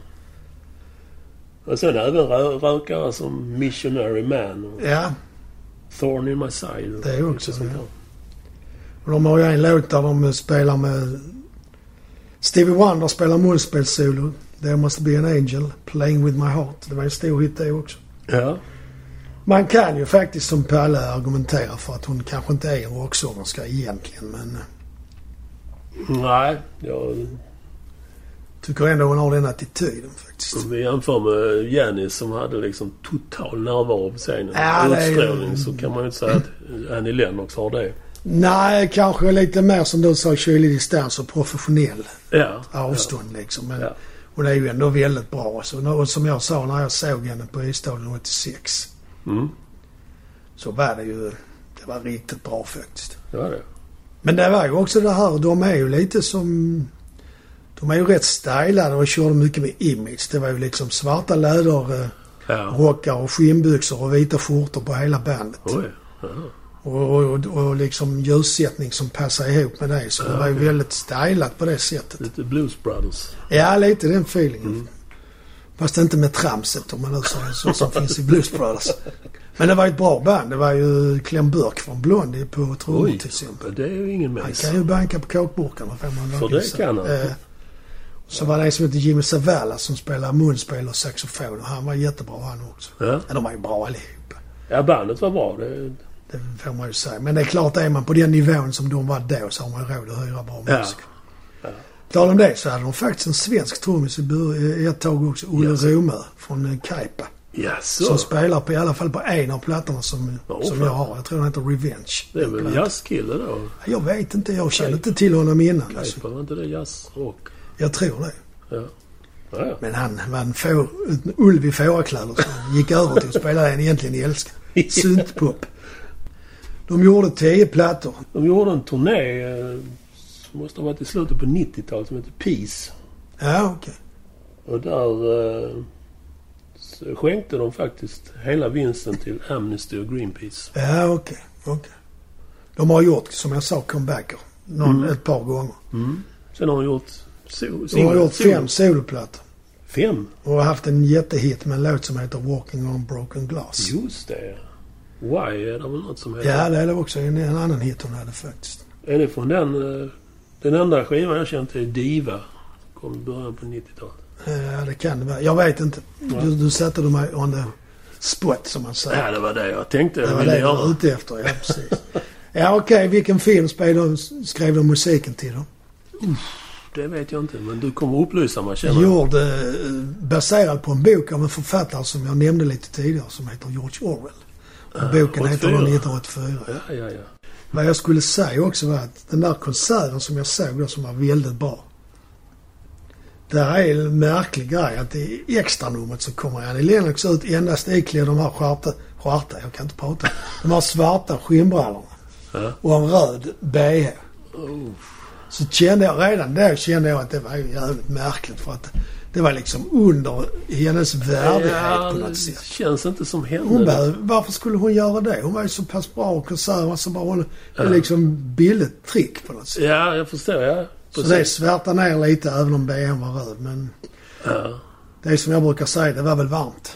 Och sen även rökare som Missionary Man och Thorn in My Side. Det är också så. Och de har ju en låt där de spelar med... Stevie Wonder spelar munspelssolo. There must be an angel playing with my heart. Det var en stor hit det också. Ja. Man kan ju faktiskt som Palle argumentera för att hon kanske inte är en rocksångerska egentligen, men... Nej, jag... tycker ändå hon har den attityden faktiskt. Om vi jämför med Janis som hade liksom total närvaro på scenen. Ja, utstrålning, så kan man ju inte säga att Annie Lennox har det. Nej, kanske lite mer som du sa, kylig distans och professionell avstånd liksom. Men och det är ju ändå väldigt bra. Så, som jag sa när jag såg henne på Isstadion 86. Så var det var riktigt bra faktiskt. Det var det. Men det var ju också det här, de är ju lite som... De är ju rätt stylade och körde mycket med image. Det var ju liksom svarta rockar och skinnbyxor och vita skjortor på hela bandet. Oj. Och liksom ljussättning som passar ihop med det. Så det var ju väldigt stylat på det sättet. Lite Blues Brothers. Ja, lite den feelingen. Fast inte med tramset om man nu säger så som finns i Blues Brothers. Men det var ett bra band. Det var ju Clem Burke från Blondie på trummor till exempel. Det är ju ingen människa. Han kan ju banka på kåkburkarna. För det kan han. Så var det en som heter Jimmy Zavala som spelar munspel och saxofon. Och han var jättebra han också. Ja. De var ju bra allihopa. Ja, bandet var bra. Det får man ju säga. Men det är klart, är man på den nivån som de var då så har man råd att hyra bra musik. Ja. Tal om det så hade de faktiskt en svensk trummis i ett tag också. Olle Romö från Kaipa. Yes, som spelar på i alla fall på en av plattorna som jag har. Jag tror den heter Revenge. Det är väl en jazzkille då? Jag vet inte. Jag kände inte till honom innan. Kaipa, var inte det jazzrock? Jag tror det. Ja. Men han var en ulv i fårakläder som gick över till att spela en egentligen älskad. Syntpop. De gjorde 10 plattor. De gjorde en turné som måste ha varit i slutet på 90-talet som heter Peace. Ja, okej. Och där skänkte de faktiskt hela vinsten till Amnesty och Greenpeace. Ja, okej. De har gjort, som jag sa, comebacker. Ett par gånger. Sen har de gjort... De har gjort 5 soloplattor. 5? Och har haft en jättehit med en låt som heter Walking on Broken Glass. Just det. Why är det väl något som heter... Ja, det är också en annan hit hon hade faktiskt. Är det från den enda skivan jag kände till Diva? Kom i början på 90-talet. Ja, det kan det vara. Jag vet inte. Du satte mig on the spot, som man säger. Ja, det var det jag tänkte. Det var det jag var ute efter, ja precis. Ja, okej. Vilken film skrev de musiken till då? Det vet jag inte, men du kommer upplysa mig, känner jag. Baserad på en bok av en författare som jag nämnde lite tidigare som heter George Orwell. Och boken heter 1984. Ja. Vad jag skulle säga också var att den där konserten som jag såg då, som var väldigt bra. Det här är en märklig grej att det är extra numret så kommer Annie Lennox ut endast iklädd de här jag kan inte prata. De här svarta skinnbrallorna. Och en röd BH. Så kände jag redan där att det var jävligt märkligt för att det var liksom under hennes värdighet på något sätt. Det känns inte som henne. Varför skulle hon göra det? Hon var ju så pass bra och konserv så bara hon liksom billigt trick på något sätt. Ja, jag förstår. Ja. Så det svärtar ner lite även om BH var röd. Men det är som jag brukar säga, det var väl varmt.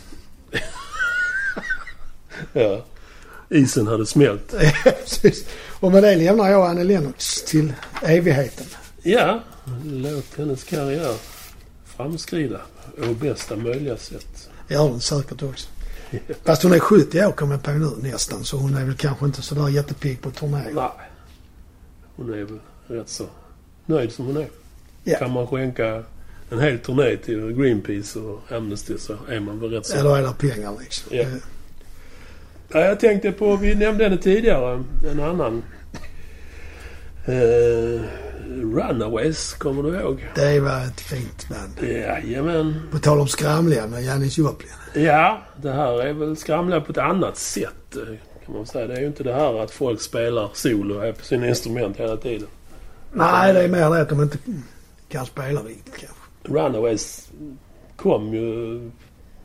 Ja. Isen hade smält. Precis. Och med det lämnar jag Annie Lennox till evigheten. Ja, låt hennes karriär framskrida på bästa möjliga sätt. Ja, den säkert också. Fast hon är 70 år kommer jag på nu nästan. Så hon är väl kanske inte så där jättepig på turné. Nej. Hon är väl rätt så nöjd som hon är. Ja. Kan man skänka en hel turné till Greenpeace och Amnesty så är man väl rätt så... Eller är det pengar liksom. Ja. Ja, jag tänkte på, vi nämnde henne tidigare, en annan Runaways, kommer du ihåg? Det var ett fint band. Jajamän. På tal om skramliga med Janis Joplin. Ja, det här är väl skramliga på ett annat sätt kan man säga. Det är ju inte det här att folk spelar solo på sina instrument hela tiden. Nej, det är mer det att de inte kan spela riktigt kanske. Runaways kom ju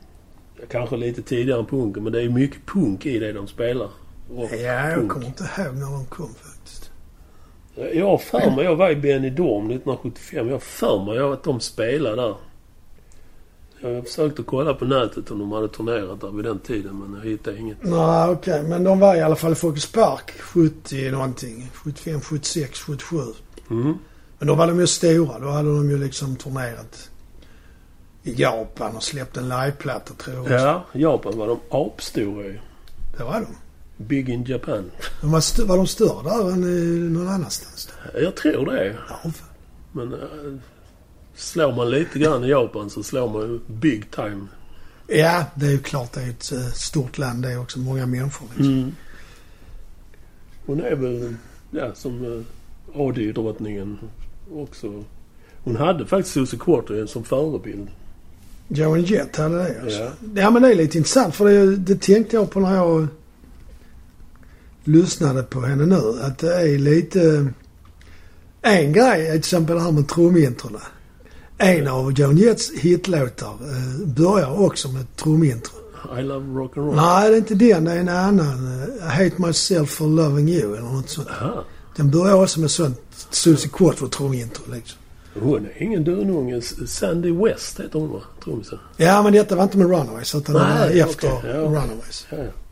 kanske lite tidigare än punken, men det är mycket punk i det de spelar. Ja, jag kommer inte ihåg när de kom faktiskt. Jag har för mig, jag var i Benidorm 1975. Jag har för mig att de spelade där. Jag försökte kolla på nätet om de hade turnerat där vid den tiden, men jag hittade inget. Nej, okej. Men de var i alla fall i Folkets Park 70 någonting. 75, 76, 77. Mm. Men då var de ju stora. Då hade de ju liksom turnerat i Japan och släppt en liveplatta, tror jag. Ja, Japan var de apstora ju. Det var de. Big in Japan. Var de större där än någon annanstans då? Jag tror det. Ja, Men slår man lite grann i Japan så slår man ju big time. ja, det är ju klart. Det är ett stort land. Det är också många människor liksom. Mm. Hon är väl, som AD-drottningen också. Hon hade faktiskt Susie Quarter som förebild. Joan Jett hade det alltså. Ja. Ja, men det är lite intressant för det tänkte jag på när jag lyssnade på henne nu. Att det är lite... En grej är till exempel det här med trumintrona. En av Joan Jetts hitlåtar börjar också med trumintro. I love rock and roll. Nej, det är inte den. Det är en annan. I hate myself for loving you eller något sånt. Aha. Den börjar också med sånt Susie Quarter trumintro liksom. Hon är ingen dununge. Sandy West heter hon, va? Trummisen. Ja, men detta var inte med Runaways utan det var efter okay. Runaways.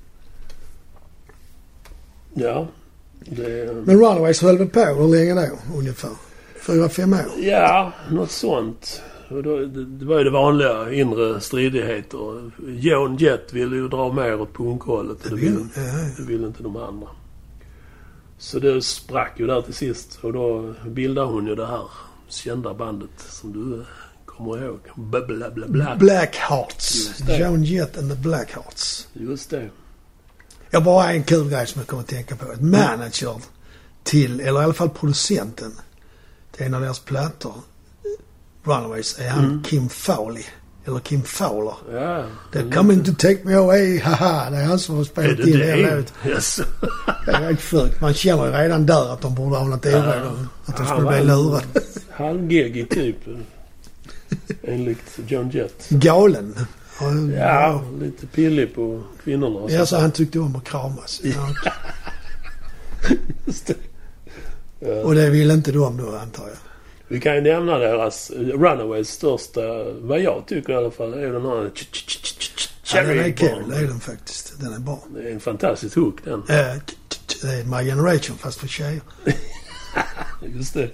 Ja. Det... Men Runaways höll väl på hur länge då ungefär? 4-5 år? Ja, något sånt. Och då, det var ju det vanliga inre stridigheter. Joan Jett ville ju dra mer åt punkhållet. Det ville inte de andra. Så det sprack ju där till sist. Och då bildade hon ju det här kända bandet som du kommer ihåg. Bla, bla, bla. Blackhearts. Joan Jett and the Blackhearts. Just det. Jag bara en kul grej som jag kommer att tänka på. Ett manager till, eller i alla fall producenten till en av deras plattor, Runaways, är han Kim Fowley. Eller Kim Fowler. Ja. They're coming to take me away, haha. Det är han som har spelat in hela låt. Yes. Det är rätt sjukt. Man känner ju redan där att de borde ha något oro. Att de skulle bli lurade. Halvgegig typ. Enligt Joan Jett. Galen. Ja, lite pillig på kvinnorna. Och ja, så han tyckte om att kramas. Ja. Just det. Ja. Och det vill inte de då, antar jag. Vi kan ju nämna deras Runaways största, vad jag tycker i alla fall, är den här Ja, den är kul, det är den faktiskt. Den är bra. Det är en fantastisk hook, den. Det är My Generation fast för tjejer. Just det.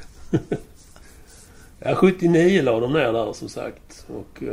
Ja, 79 la de ner där som sagt. Och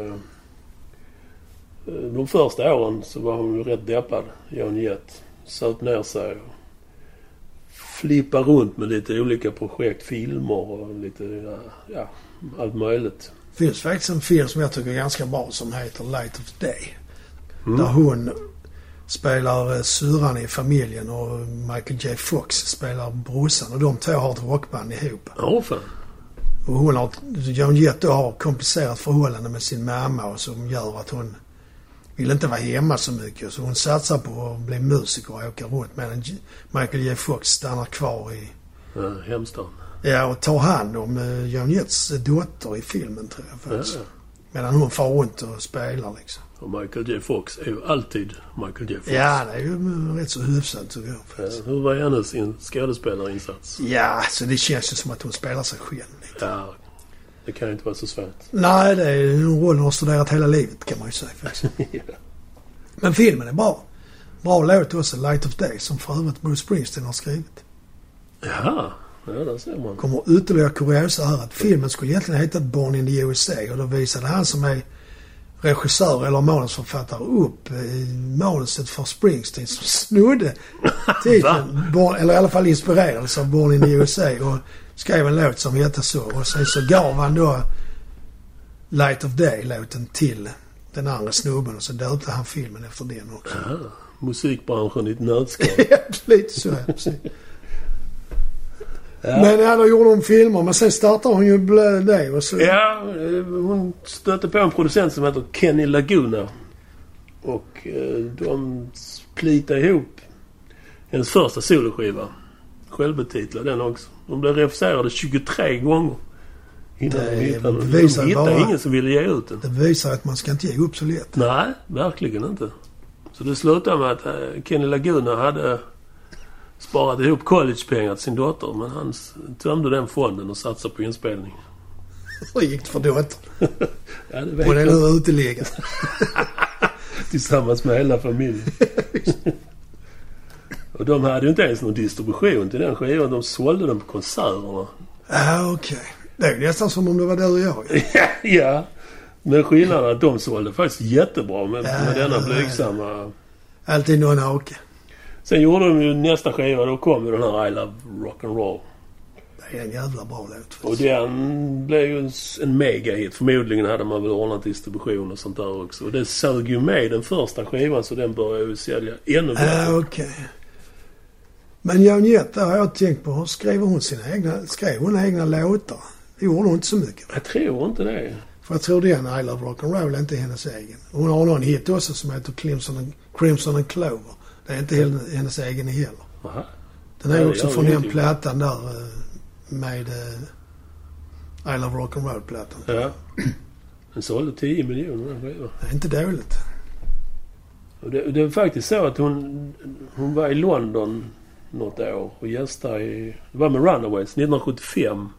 de första åren så var hon ju rätt deppad, Joan Jett. Söp ner sig och flippa runt med lite olika projekt, filmer och lite, allt möjligt. Det finns faktiskt en film som jag tycker är ganska bra som heter Light of Day. Där hon spelar syrran i familjen och Michael J. Fox spelar brorsan och de två har ett rockband ihop. Ja, fan. Och hon har, Joan Jett har komplicerat förhållande med sin mamma och som gör att hon vill inte vara hemma så mycket. Så hon satsar på att bli musiker och åka runt medan Michael J. Fox stannar kvar i hemstaden. Ja, och tar hand om Joan Jetts dotter i filmen tror jag faktiskt. Ja. Medan hon far runt och spelar liksom. Och Michael J. Fox är ju alltid Michael J. Fox. Ja, det är ju rätt så hyfsat tycker jag faktiskt. Hur var hennes skådespelarinsats? Ja, så det känns ju som att hon spelar sig själv lite. Ja, det kan ju inte vara så svårt. Nej, det är en roll hon har studerat hela livet kan man ju säga faktiskt. Ja. Men filmen är bra. Bra låt också, Light of Day, som för övrigt Bruce Springsteen har skrivit. Jaha, ja, där ser man. Kommer ytterligare kuriosa här att filmen skulle egentligen heta Born in the USA och då visade han som är regissör eller manusförfattare upp manuset för Springsteen som snodde titeln, eller i alla fall inspirerades av Born in the USA och skrev en låt som hette så och sen så gav han då Light of Day-låten till den andra snubben och så döpte han filmen efter den också. Aha, musikbranschen i ett nötskal. Ja, lite så, precis. Ja. Men ja, då gjorde hon filmer. Men sen startade hon ju det och så. Ja, hon stötte på en producent som heter Kenny Laguna. Och de splitade ihop hennes första soloskiva. Självbetitlad den också. De blev refuserade 23 gånger Innan Det de hittade bevisar de hittade bara- ingen som ville ge ut den. Det visar att man ska inte ge upp så lätt. Nej, verkligen inte. Så det slutade med att Kenny Laguna hade sparat ihop collegepengar till sin dotter. Men han tömde den fonden och satsade på inspelning. Hur gick det för dottern? Ja, det vet Hon är jag. nu uteliggare. Tillsammans med hela familjen. Och de hade ju inte ens någon distribution till den skivan. De sålde den på konserterna. Ja, okej. Det är ju nästan som om det var där och jag. Ja. Men skillnaden är att de sålde faktiskt jättebra med denna blygsamma... Alltid någon hake. Sen gjorde de ju nästa skiva. Då kom ju den här I Love Rock'n'Roll. Det är en jävla bra låt. Och den blev ju en megahit. Förmodligen hade man väl ordnat distribution och sånt där också. Och det sög ju med den första skivan så den började ju sälja ännu bättre. Ja, okej. Men Joan Jett, där har jag tänkt på. Skrev hon egna låtar? Det gjorde hon inte så mycket. Jag tror inte det. För jag tror den I Love Rock'n'Roll är inte hennes egen. Hon har någon hit också som heter Crimson and Clover. Det är inte hennes egen heller. Aha. Den är Ja, också det från gör den ingenting. plattan där med I Love Rock'n'Roll-plattan. Ja. Den sålde 10 miljoner den skivan. Det är inte dåligt. Och det är faktiskt så att hon var i London något år och gästade i... Det var med Runaways 1975.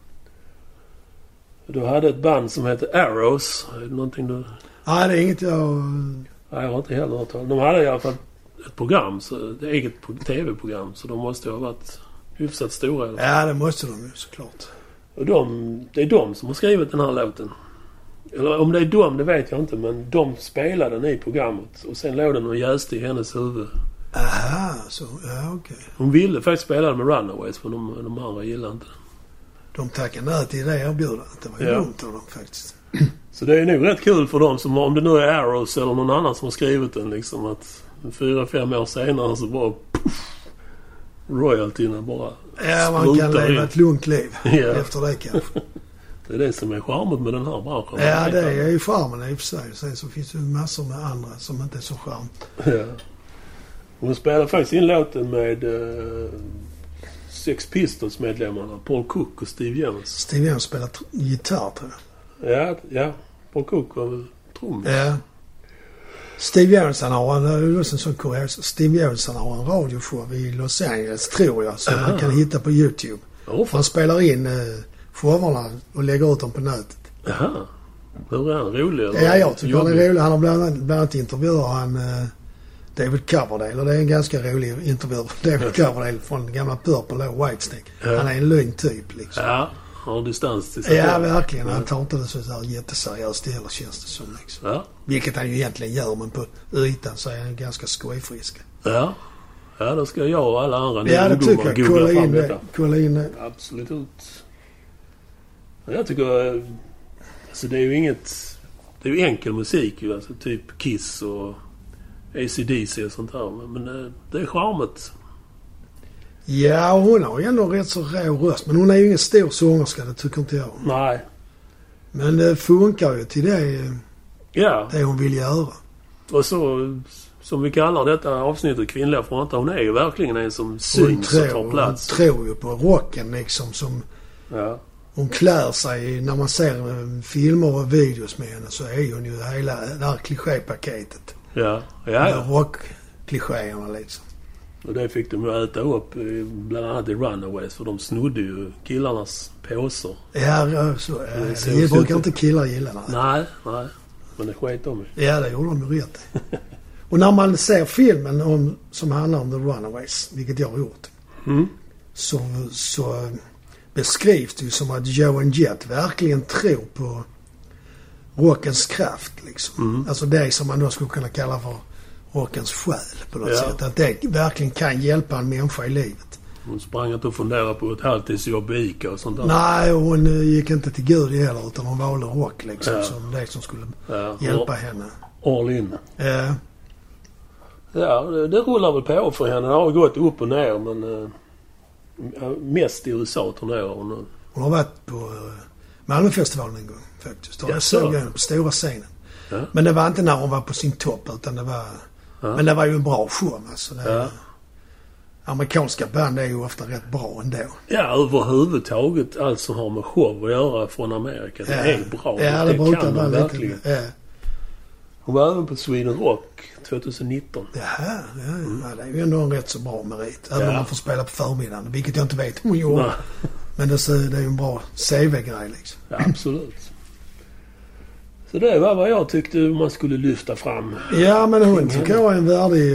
Då hade ett band som hette Arrows. Är det någonting du... Nej, det är inget jag... Nej, jag har inte heller hört talas. De hade i alla fall ett program, så ett eget tv-program. Så de måste ju ha varit hyfsat stora. Eller? Ja, det måste de ju såklart. Och det är de som har skrivit den här låten. Eller om det är de, det vet jag inte. Men de spelade den i programmet. Och sen låg den och jäste i hennes huvud. Aha, så... Ja, okej. Hon ville faktiskt spela den med Runaways, men de andra gillade inte den. De tackade nej till det erbjudandet. Det var ju Ja. dumt av dem faktiskt. Så det är nog rätt kul för dem som, om det nu är Arrows eller någon annan som har skrivit den, liksom att 4-5 år senare så bara royaltyna bara Ja, man kan sprutar leva in. ett lugnt liv Ja. efter det kanske. Det är det som är charmet med den här branschen. Ja, det är ju charmen i och för sig. Sen så finns det ju massor med andra som inte är så charm. Ja. Hon spelar faktiskt in låten med Sex Pistols-medlemmarna Paul Cook och Steve Jones. Steve Jones spelar gitarr, tror jag. Ja. Paul Cook var väl trummis. Ja. Steve Jones, han har en sån kurios. Steve Jones, han har en radioshow i Los Angeles, tror jag, som man kan hitta på YouTube. Oh, Han spelar in showerna och lägger ut dem på nätet. Jaha. Hur är han? Rolig eller? Ja, jag tycker han jobbig? är rolig. Han har bland annat intervjuar han David Coverdale. Och det är en ganska rolig intervju av David Coverdale från gamla Purple och Whitesnake. Ja. Han är en lugn typ liksom. Ja, har distans till sig Ja, själv. verkligen. Han tar inte det så där jätteseriöst heller, känns det som liksom. Ja. Vilket han ju egentligen gör, men på ytan så är han ganska skojfrisk. Ja. Ja, då ska jag och alla andra Ja, det tycker jag. Kolla in det. Absolut. Jag tycker... Alltså det är ju inget... Det är ju enkel musik ju. Alltså typ Kiss och AC/DC och sånt här. Men det är charmet. Ja, och hon har ju ändå rätt så rå röst. Men hon är ju ingen stor sångerska, det tycker inte jag. Nej. Men det funkar ju till Ja. det hon vill göra. Och så... Som vi kallar detta avsnittet Kvinnliga fronter. Hon är ju verkligen en som syns och tar plats. Hon tror ju på rocken liksom som... Ja. Hon klär sig, när man ser filmer och videos med henne så är hon ju hela det här klichépaketet. Ja. Med rockklichéerna liksom. Och det fick de ju äta upp bland annat i Runaways, för de snodde ju killarnas påsar. Ja, så det brukar inte killar gilla. Nej. Men det sket de ju. Ja, det gjorde de ju rätt i. Och när man ser filmen som handlar om The Runaways, vilket jag har gjort, så beskrivs det ju som att Joan Jett verkligen tror på rockens kraft liksom. Alltså det som man då skulle kunna kalla för rockens själ på något sätt. Att det verkligen kan hjälpa en människa i livet. Hon sprang inte och funderade på ett halvtidsjobb i ICA och sånt där. Nej, och hon gick inte till Gud heller, utan hon valde rock liksom som det som skulle hjälpa henne. All in. Ja. Ja, det rullar väl på för henne. Det har gått upp och ner, men mest i USA turnerar hon nu. Hon har varit på Malmöfestivalen en gång faktiskt. Jag såg henne på stora scenen. Ja. Men det var inte när hon var på sin topp, utan det var... Men det var ju en bra show alltså. amerikanska band är ju ofta rätt bra ändå. Ja, överhuvudtaget allt som har med show att göra från Amerika. Det är bra. Ja, det brukar vara verkligen. Ja. Hon var även på Sweden Rock 2019. Ja, det är ju ändå en rätt så bra merit. Även om man får spela på förmiddagen, vilket jag inte vet om hon gjorde. Nej. Men det är ju en bra CV-grej liksom. Ja, absolut. Så det var vad jag tyckte man skulle lyfta fram. Ja, men hon tycker jag är en värdig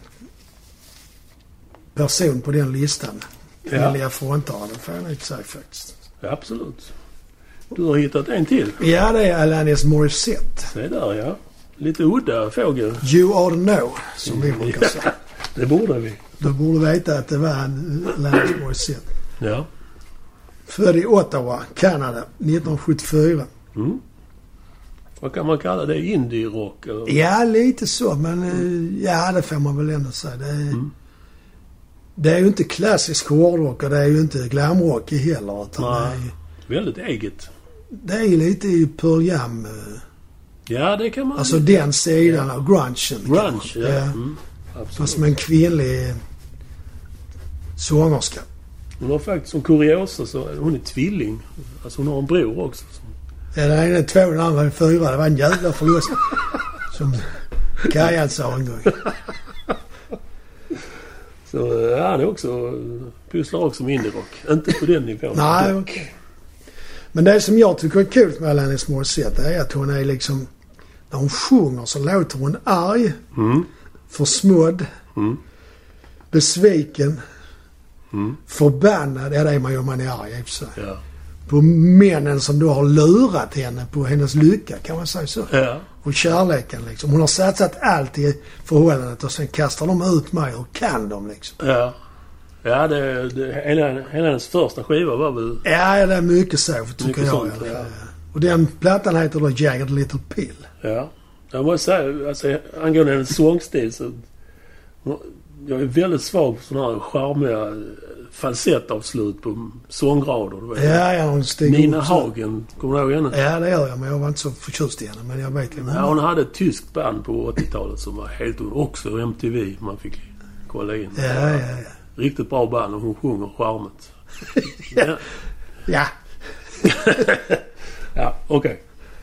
person på den listan. Kvinnliga frontare, det får jag inte säga faktiskt. Ja, absolut. Du har hittat en till. Ja, det är Alanis Morissette. Se där, ja. Lite udda fågel. You ought to know, som vi brukar säga. Det borde vi. Du borde veta att det var en Alanis Morissette. Ja. Född i Ottawa, Kanada, 1974. Mm. Vad kan man kalla det? Indie-rock? Eller? Ja, lite så. Men ja, det får man väl ändå säga. Det är ju inte klassisk hårdrock och det är ju inte glamrock heller. Utan nej, väldigt eget. Det är ju lite i Pearl Jam. Ja, det kan man. Alltså den sidan av grungen. Grunge, ja. Fast med en kvinnlig sångerska. Hon har faktiskt som kuriosa så hon är tvilling. Alltså hon har en bror också. Ja, den ena är 2, den andra är 4. Det var en jävla förlust. Som Kajan sa en gång. Så ja, han är också pysslar också med indie-rock. Inte på den nivån. Nej, okej. Men det som jag tycker är kul med Alanis Morissette är att hon är liksom... När hon sjunger så låter hon arg, försmådd, besviken, förbannad. Ja, det är man ju om man är arg i och för sig. Ja. På männen som då har lurat henne på hennes lycka, kan man säga så. Ja. Och kärleken liksom. Hon har satsat allt i förhållandet och sen kastar de ut mig och kan de liksom. Ja. Ja, hela hennes första skiva var väl... Ja, det är mycket så, tycker mycket jag. sånt, ja. Och den plattan heter då Jagged Little Pill. Ja. Jag måste säga, alltså, angående hennes sångstil så... Jag är väldigt svag för sådana här charmiga falsettavslut på sångrader. Du vet. Ja, hon stiger Nina upp, Hagen, kommer du ihåg henne? Ja, det gör jag, men jag var inte så förtjust i henne. Men jag vet inte. Ja, hon hade ett tyskt band på 80-talet som var helt också MTV. Man fick kolla in. Ja. Riktigt bra band och hon sjunger charmigt. Ja. Ja, okej.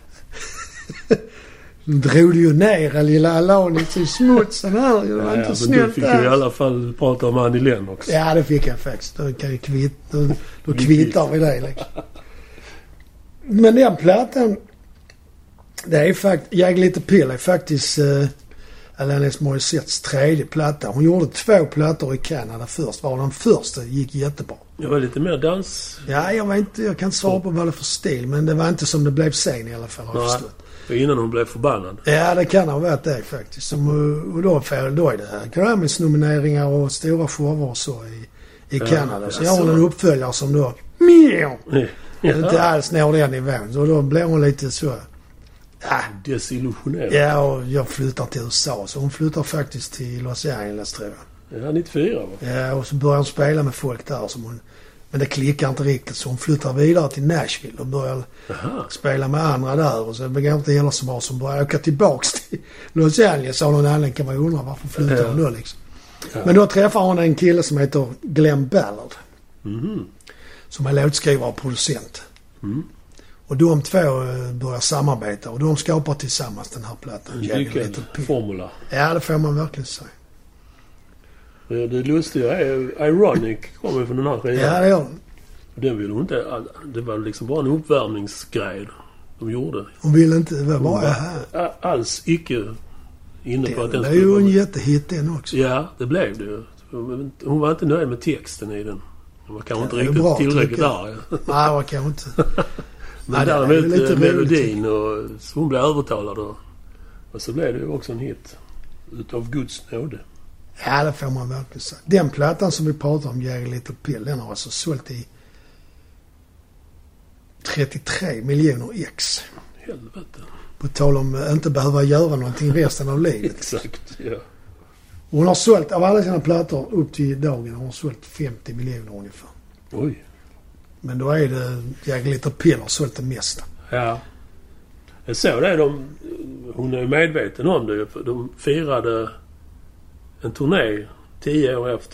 Nu drog du ju ner lilla Alanis i smutsen här. Det var inte snällt. Men du fick ju i alla fall prata om Annie Lennox. Ja, det fick jag faktiskt. Då kvittar vi det liksom. Men den plattan... Det är faktiskt... Jagged Little Pill är faktiskt Alanis Morissettes tredje platta. Hon gjorde 2 plattor i Kanada först. Var den första gick jättebra. Det var lite mer dans... Ja, jag kan inte svara på vad det för stil. Men det var inte som det blev sen i alla fall. För innan hon blev förbannad. Ja, det kan ha varit det faktiskt. Och då är det Grammys-nomineringar och stora shower och så i Kanada. Så jag har en uppföljare som då... Inte alls når den nivån. Så då blir hon lite så... Desillusionerad. Ja, och jag flyttar till USA. Så hon flyttar faktiskt till Los Angeles, tror jag. Ja, 94 va? Ja, och så börjar hon spela med folk där som hon... Men det klickar inte riktigt, så hon flyttar vidare till Nashville och börjar spela med andra där. Och så det går inte heller så bra som börjar åka tillbaks till Los Angeles. Av någon anledning kan man undra varför flyttar hon då liksom. Ja. Men då träffar hon en kille som heter Glenn Ballard. Som är låtskrivare och producent. Och de 2 börjar samarbeta och de skapar tillsammans den här plattan. Vilken formula. Ja, det får man verkligen säga. Det lustiga är Ironic kommer från den här skivan. Ja, det gör den. Den ville hon inte... Det var liksom bara en uppvärmningsgrej de gjorde. Hon ville inte... Det var bara... Alls icke inne på att den skulle... Det är ju en jättehit den också. Ja, det blev det ju. Hon var inte nöjd med texten i den. Hon var kanske inte riktigt bra, tillräckligt arg. Nej, det var kanske inte. Men däremot melodin och så hon blev övertalad och så blev det ju också en hit utav Guds nåde. Ja, det får man verkligen säga. Den plattan som vi pratar om, Jagged Little Pill, den har alltså sålt i 33 miljoner ex. Helvete. På tal om inte behöva göra någonting resten av livet. Exakt, ja. Och hon har sålt, av alla sina plattor upp till dagen, har hon sålt 50 miljoner ungefär. Oj. Men då är det Jagged Little Pill har sålt det mesta. Ja. Jag såg det, hon är medveten om det. De firade en turné 10 år efter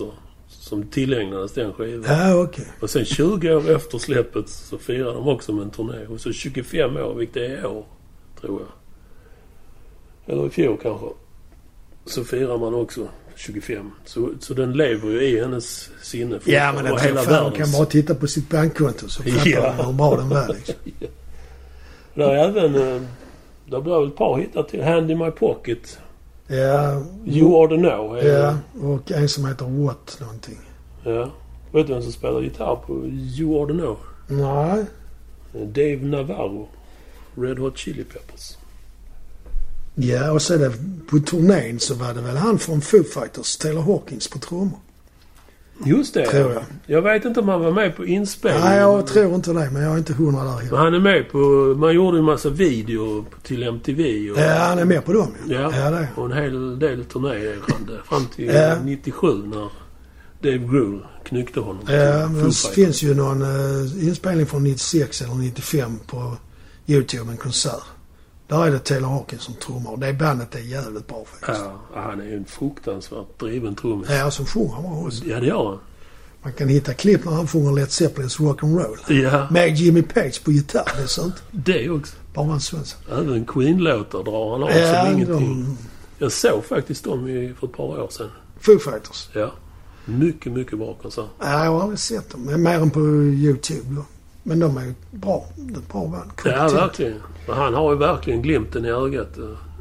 som tillägnades den skivan. Ja, okej. Och sen 20 år efter släppet så firar de också med en turné. Och så 25 år, vilket det är i år, tror jag. Eller i fjol kanske. Så firar man också 25. Så den lever ju i hennes sinne. Ja, men det hela världen kan bara titta på sitt bankkonto så fattar man hur bra den var liksom. Ja. Det är även... Det blir väl ett par hittat till. Hand in my pocket. Ja. You are the know. Ja, och en som heter What någonting. Ja. Vet du vem som spelar gitarr på You are the know? Nej. Dave Navarro. Red Hot Chili Peppers. Ja, och så det, på turnén så var det väl han från Foo Fighters, Taylor Hawkins, på trummor. Just det. Tror jag. Jag vet inte om han var med på inspelningen. Nej, jag tror inte det, men jag är inte 100 där Men heller. han är med på... Man gjorde en massa video till MTV. Och, Ja, han är med på dem. ja, Ja, det är. och en hel del turnéerande. Fram till 97 när Dave Grohl knyckte honom. Ja, men det finns ju någon inspelning från 96 eller 95 på YouTube, en konsert. Där är det Taylor Hawkins som trummar. Det bandet är jävligt bra faktiskt. Ja, han är ju en fruktansvärt driven trummis. Ja, som sjunger han bra också. Ja, det gör han. Man kan hitta klipp när han sjunger Led Zeppelins Rock'n'Roll. Ja, Med Jimmy Page på gitarr, det är sånt. det också. Bara en Svensson. Även Queen-låtar drar han av som ingenting. Jag såg faktiskt dem för ett par år sedan. Foo Fighters. Ja. Mycket, mycket bra konsert. Ja, jag har aldrig sett dem. Men mer än på YouTube då. Men de är ju bra. Det är ett bra band. Ja, verkligen. Men han har ju verkligen glimten i ögat.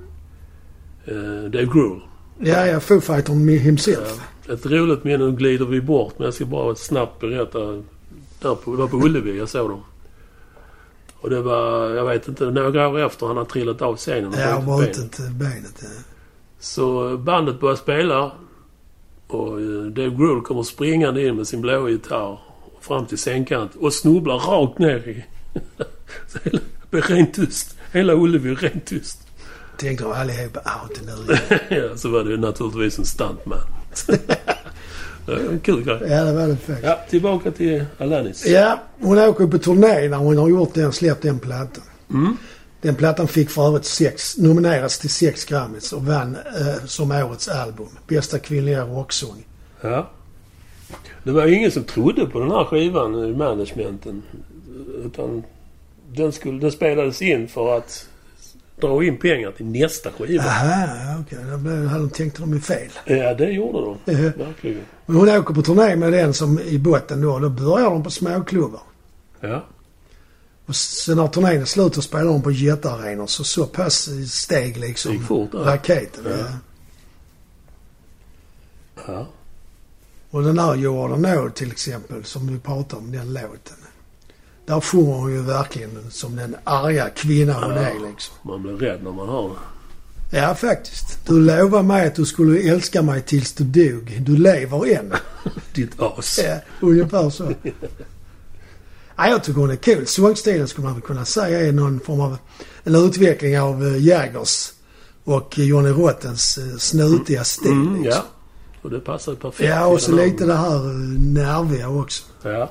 Dave Grohl. Ja, Foo Fighter med himself. Ja. Ett roligt minne, nu glider vi bort. Men jag ska bara snabbt berätta. Det var på Ullevi, jag såg dem. Och det var, jag vet inte, några år efter han har trillat av scenen. Ja, jag var inte benet. Ja. Så bandet börjar spela. Och Dave Grohl kommer springande in med sin blå gitarr fram till scenkant och snubblar rakt ner i. Så det blir rent tyst. Hela Ullevi är rent tyst. Tänkte de allihopa out nu. Ja, så var det naturligtvis en stuntman. Det var en kul grej. Ja, det var det faktiskt. Ja, tillbaka till Alanis. Ja, hon åker på turné när hon har gjort den, släppt den plattan. Mm. Den plattan fick för övrigt nomineras till 6 Grammys och vann som årets album. Bästa kvinnliga rocksång. Ja. Det var ingen som trodde på den här skivan i managementen. Utan den spelades in för att dra in pengar till nästa skiva. Aha, okej. Då tänkte de ju fel. Ja, det gjorde de. Verkligen. Men hon åker på turné med den som i botten då börjar de på småklubbar. Ja. Och sen när turnén är slut och spelar de på jättearenor så pass steg liksom Det gick fort, ja. raketen. Ja. Ja. Ja. Och den här Jordan Know till exempel, som vi pratar om, den låten. Där sjunger hon ju verkligen som den arga kvinna hon är liksom. Man blir rädd när man hör det. Ja, faktiskt. Du lovade mig att du skulle älska mig tills du dog. Du lever än. Ditt as. Ja, ungefär så. Ja, jag tycker hon är kul. Sångstilen skulle man väl kunna säga är någon form av en utveckling av Jaggers och Johnny Rottens snutiga stil. Liksom. Ja, och det passar perfekt. Ja, och så lite det här nerviga också. Ja.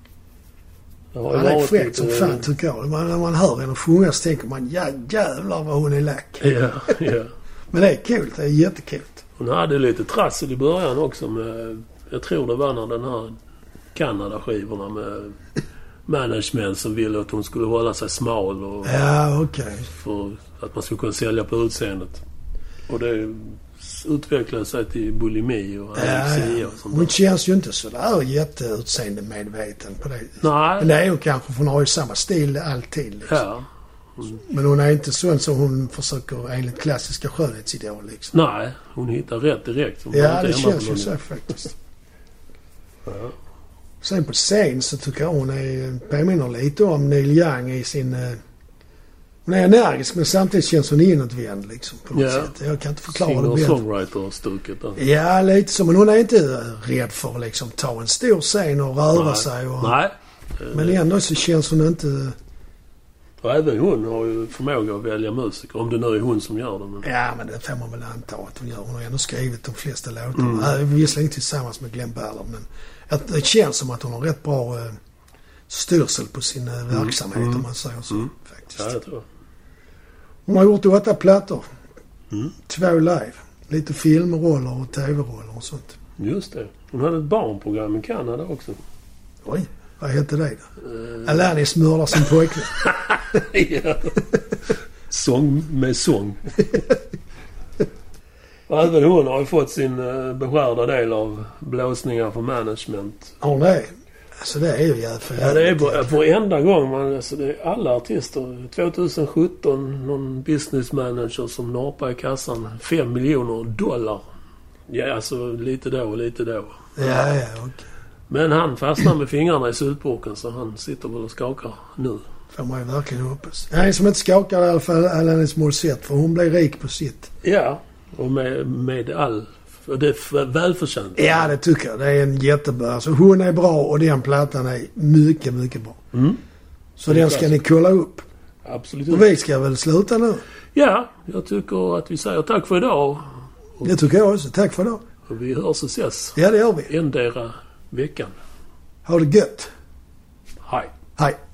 Han är fräckt som fan tycker jag. När man hör henne sjunga så tänker man jävlar vad hon är lack. Ja, ja. Men det är kul. Det är jättekul. Hon hade lite trassel i början också med, jag tror det var när den här Kanada-skivorna med management som ville att hon skulle hålla sig smal och ja, okej. för att man skulle kunna sälja på utseendet. Och det utvecklade sig till bulimi och anorexia och sånt. Hon känns ju inte så där jätteutseendemedveten på det. Nej. Men det är hon kanske, för hon har ju samma stil alltid. Liksom. Ja. Men hon är inte sån som hon försöker enligt klassiska skönhetsideal liksom. Nej, hon hittar rätt direkt. Ja, det känns ju så faktiskt. Ja. Sen på scen så tycker jag hon påminner lite om Neil Young i sin... Hon är energisk men samtidigt känns hon inåtvänd liksom på något sätt. Jag kan inte förklara det bättre. Singer-songwriter-stuket där. Ja, lite så. Men hon är inte rädd för att liksom ta en stor scen och röra sig. Och, nej. Men ändå så känns hon inte... Och även hon har ju förmåga att välja musiker. Om det nu är hon som gör det. Men... Ja, men det får man väl anta att hon gör. Hon har ändå skrivit de flesta låtarna. Visserligen tillsammans med Glenn Ballard. Men det känns som att hon har rätt bra styrsel på sin verksamhet om man säger så. Faktiskt. Ja, det tror jag. Hon har gjort 8 plattor. 2 live. Lite filmroller och tv-roller och sånt. Just det. Hon hade ett barnprogram i Kanada också. Oj, vad hette det då? Alanis mördar sin pojkvän. Ja. Sång med sång. Och även hon har ju fått sin beskärda del av blåsningar för management. Ja, det. Alltså det är ju jävligt. Ja, det är varenda gång man... Alltså det är alla artister. 2017 någon business manager som norpar i kassan $5 miljoner. Ja, alltså lite då och lite då. Ja, okej. Men han fastnar med fingrarna i syltburken så han sitter väl och skakar nu. Får man ju verkligen hoppas. En som inte skakar i alla fall Alanis Morissette, för hon blir rik på sitt. Ja, och med all... Det är välförtjänt. Ja, det tycker jag. Det är en jättebra. Alltså hon är bra och den plattan är mycket, mycket bra. Mm. Så den ska ni kolla upp. Absolut. Och vi ska väl sluta nu? Ja, jag tycker att vi säger tack för idag. Det tycker jag också. Tack för idag. Och vi hörs och ses. Ja, det gör vi. Endera veckan. Ha det gött. Hej. Hej.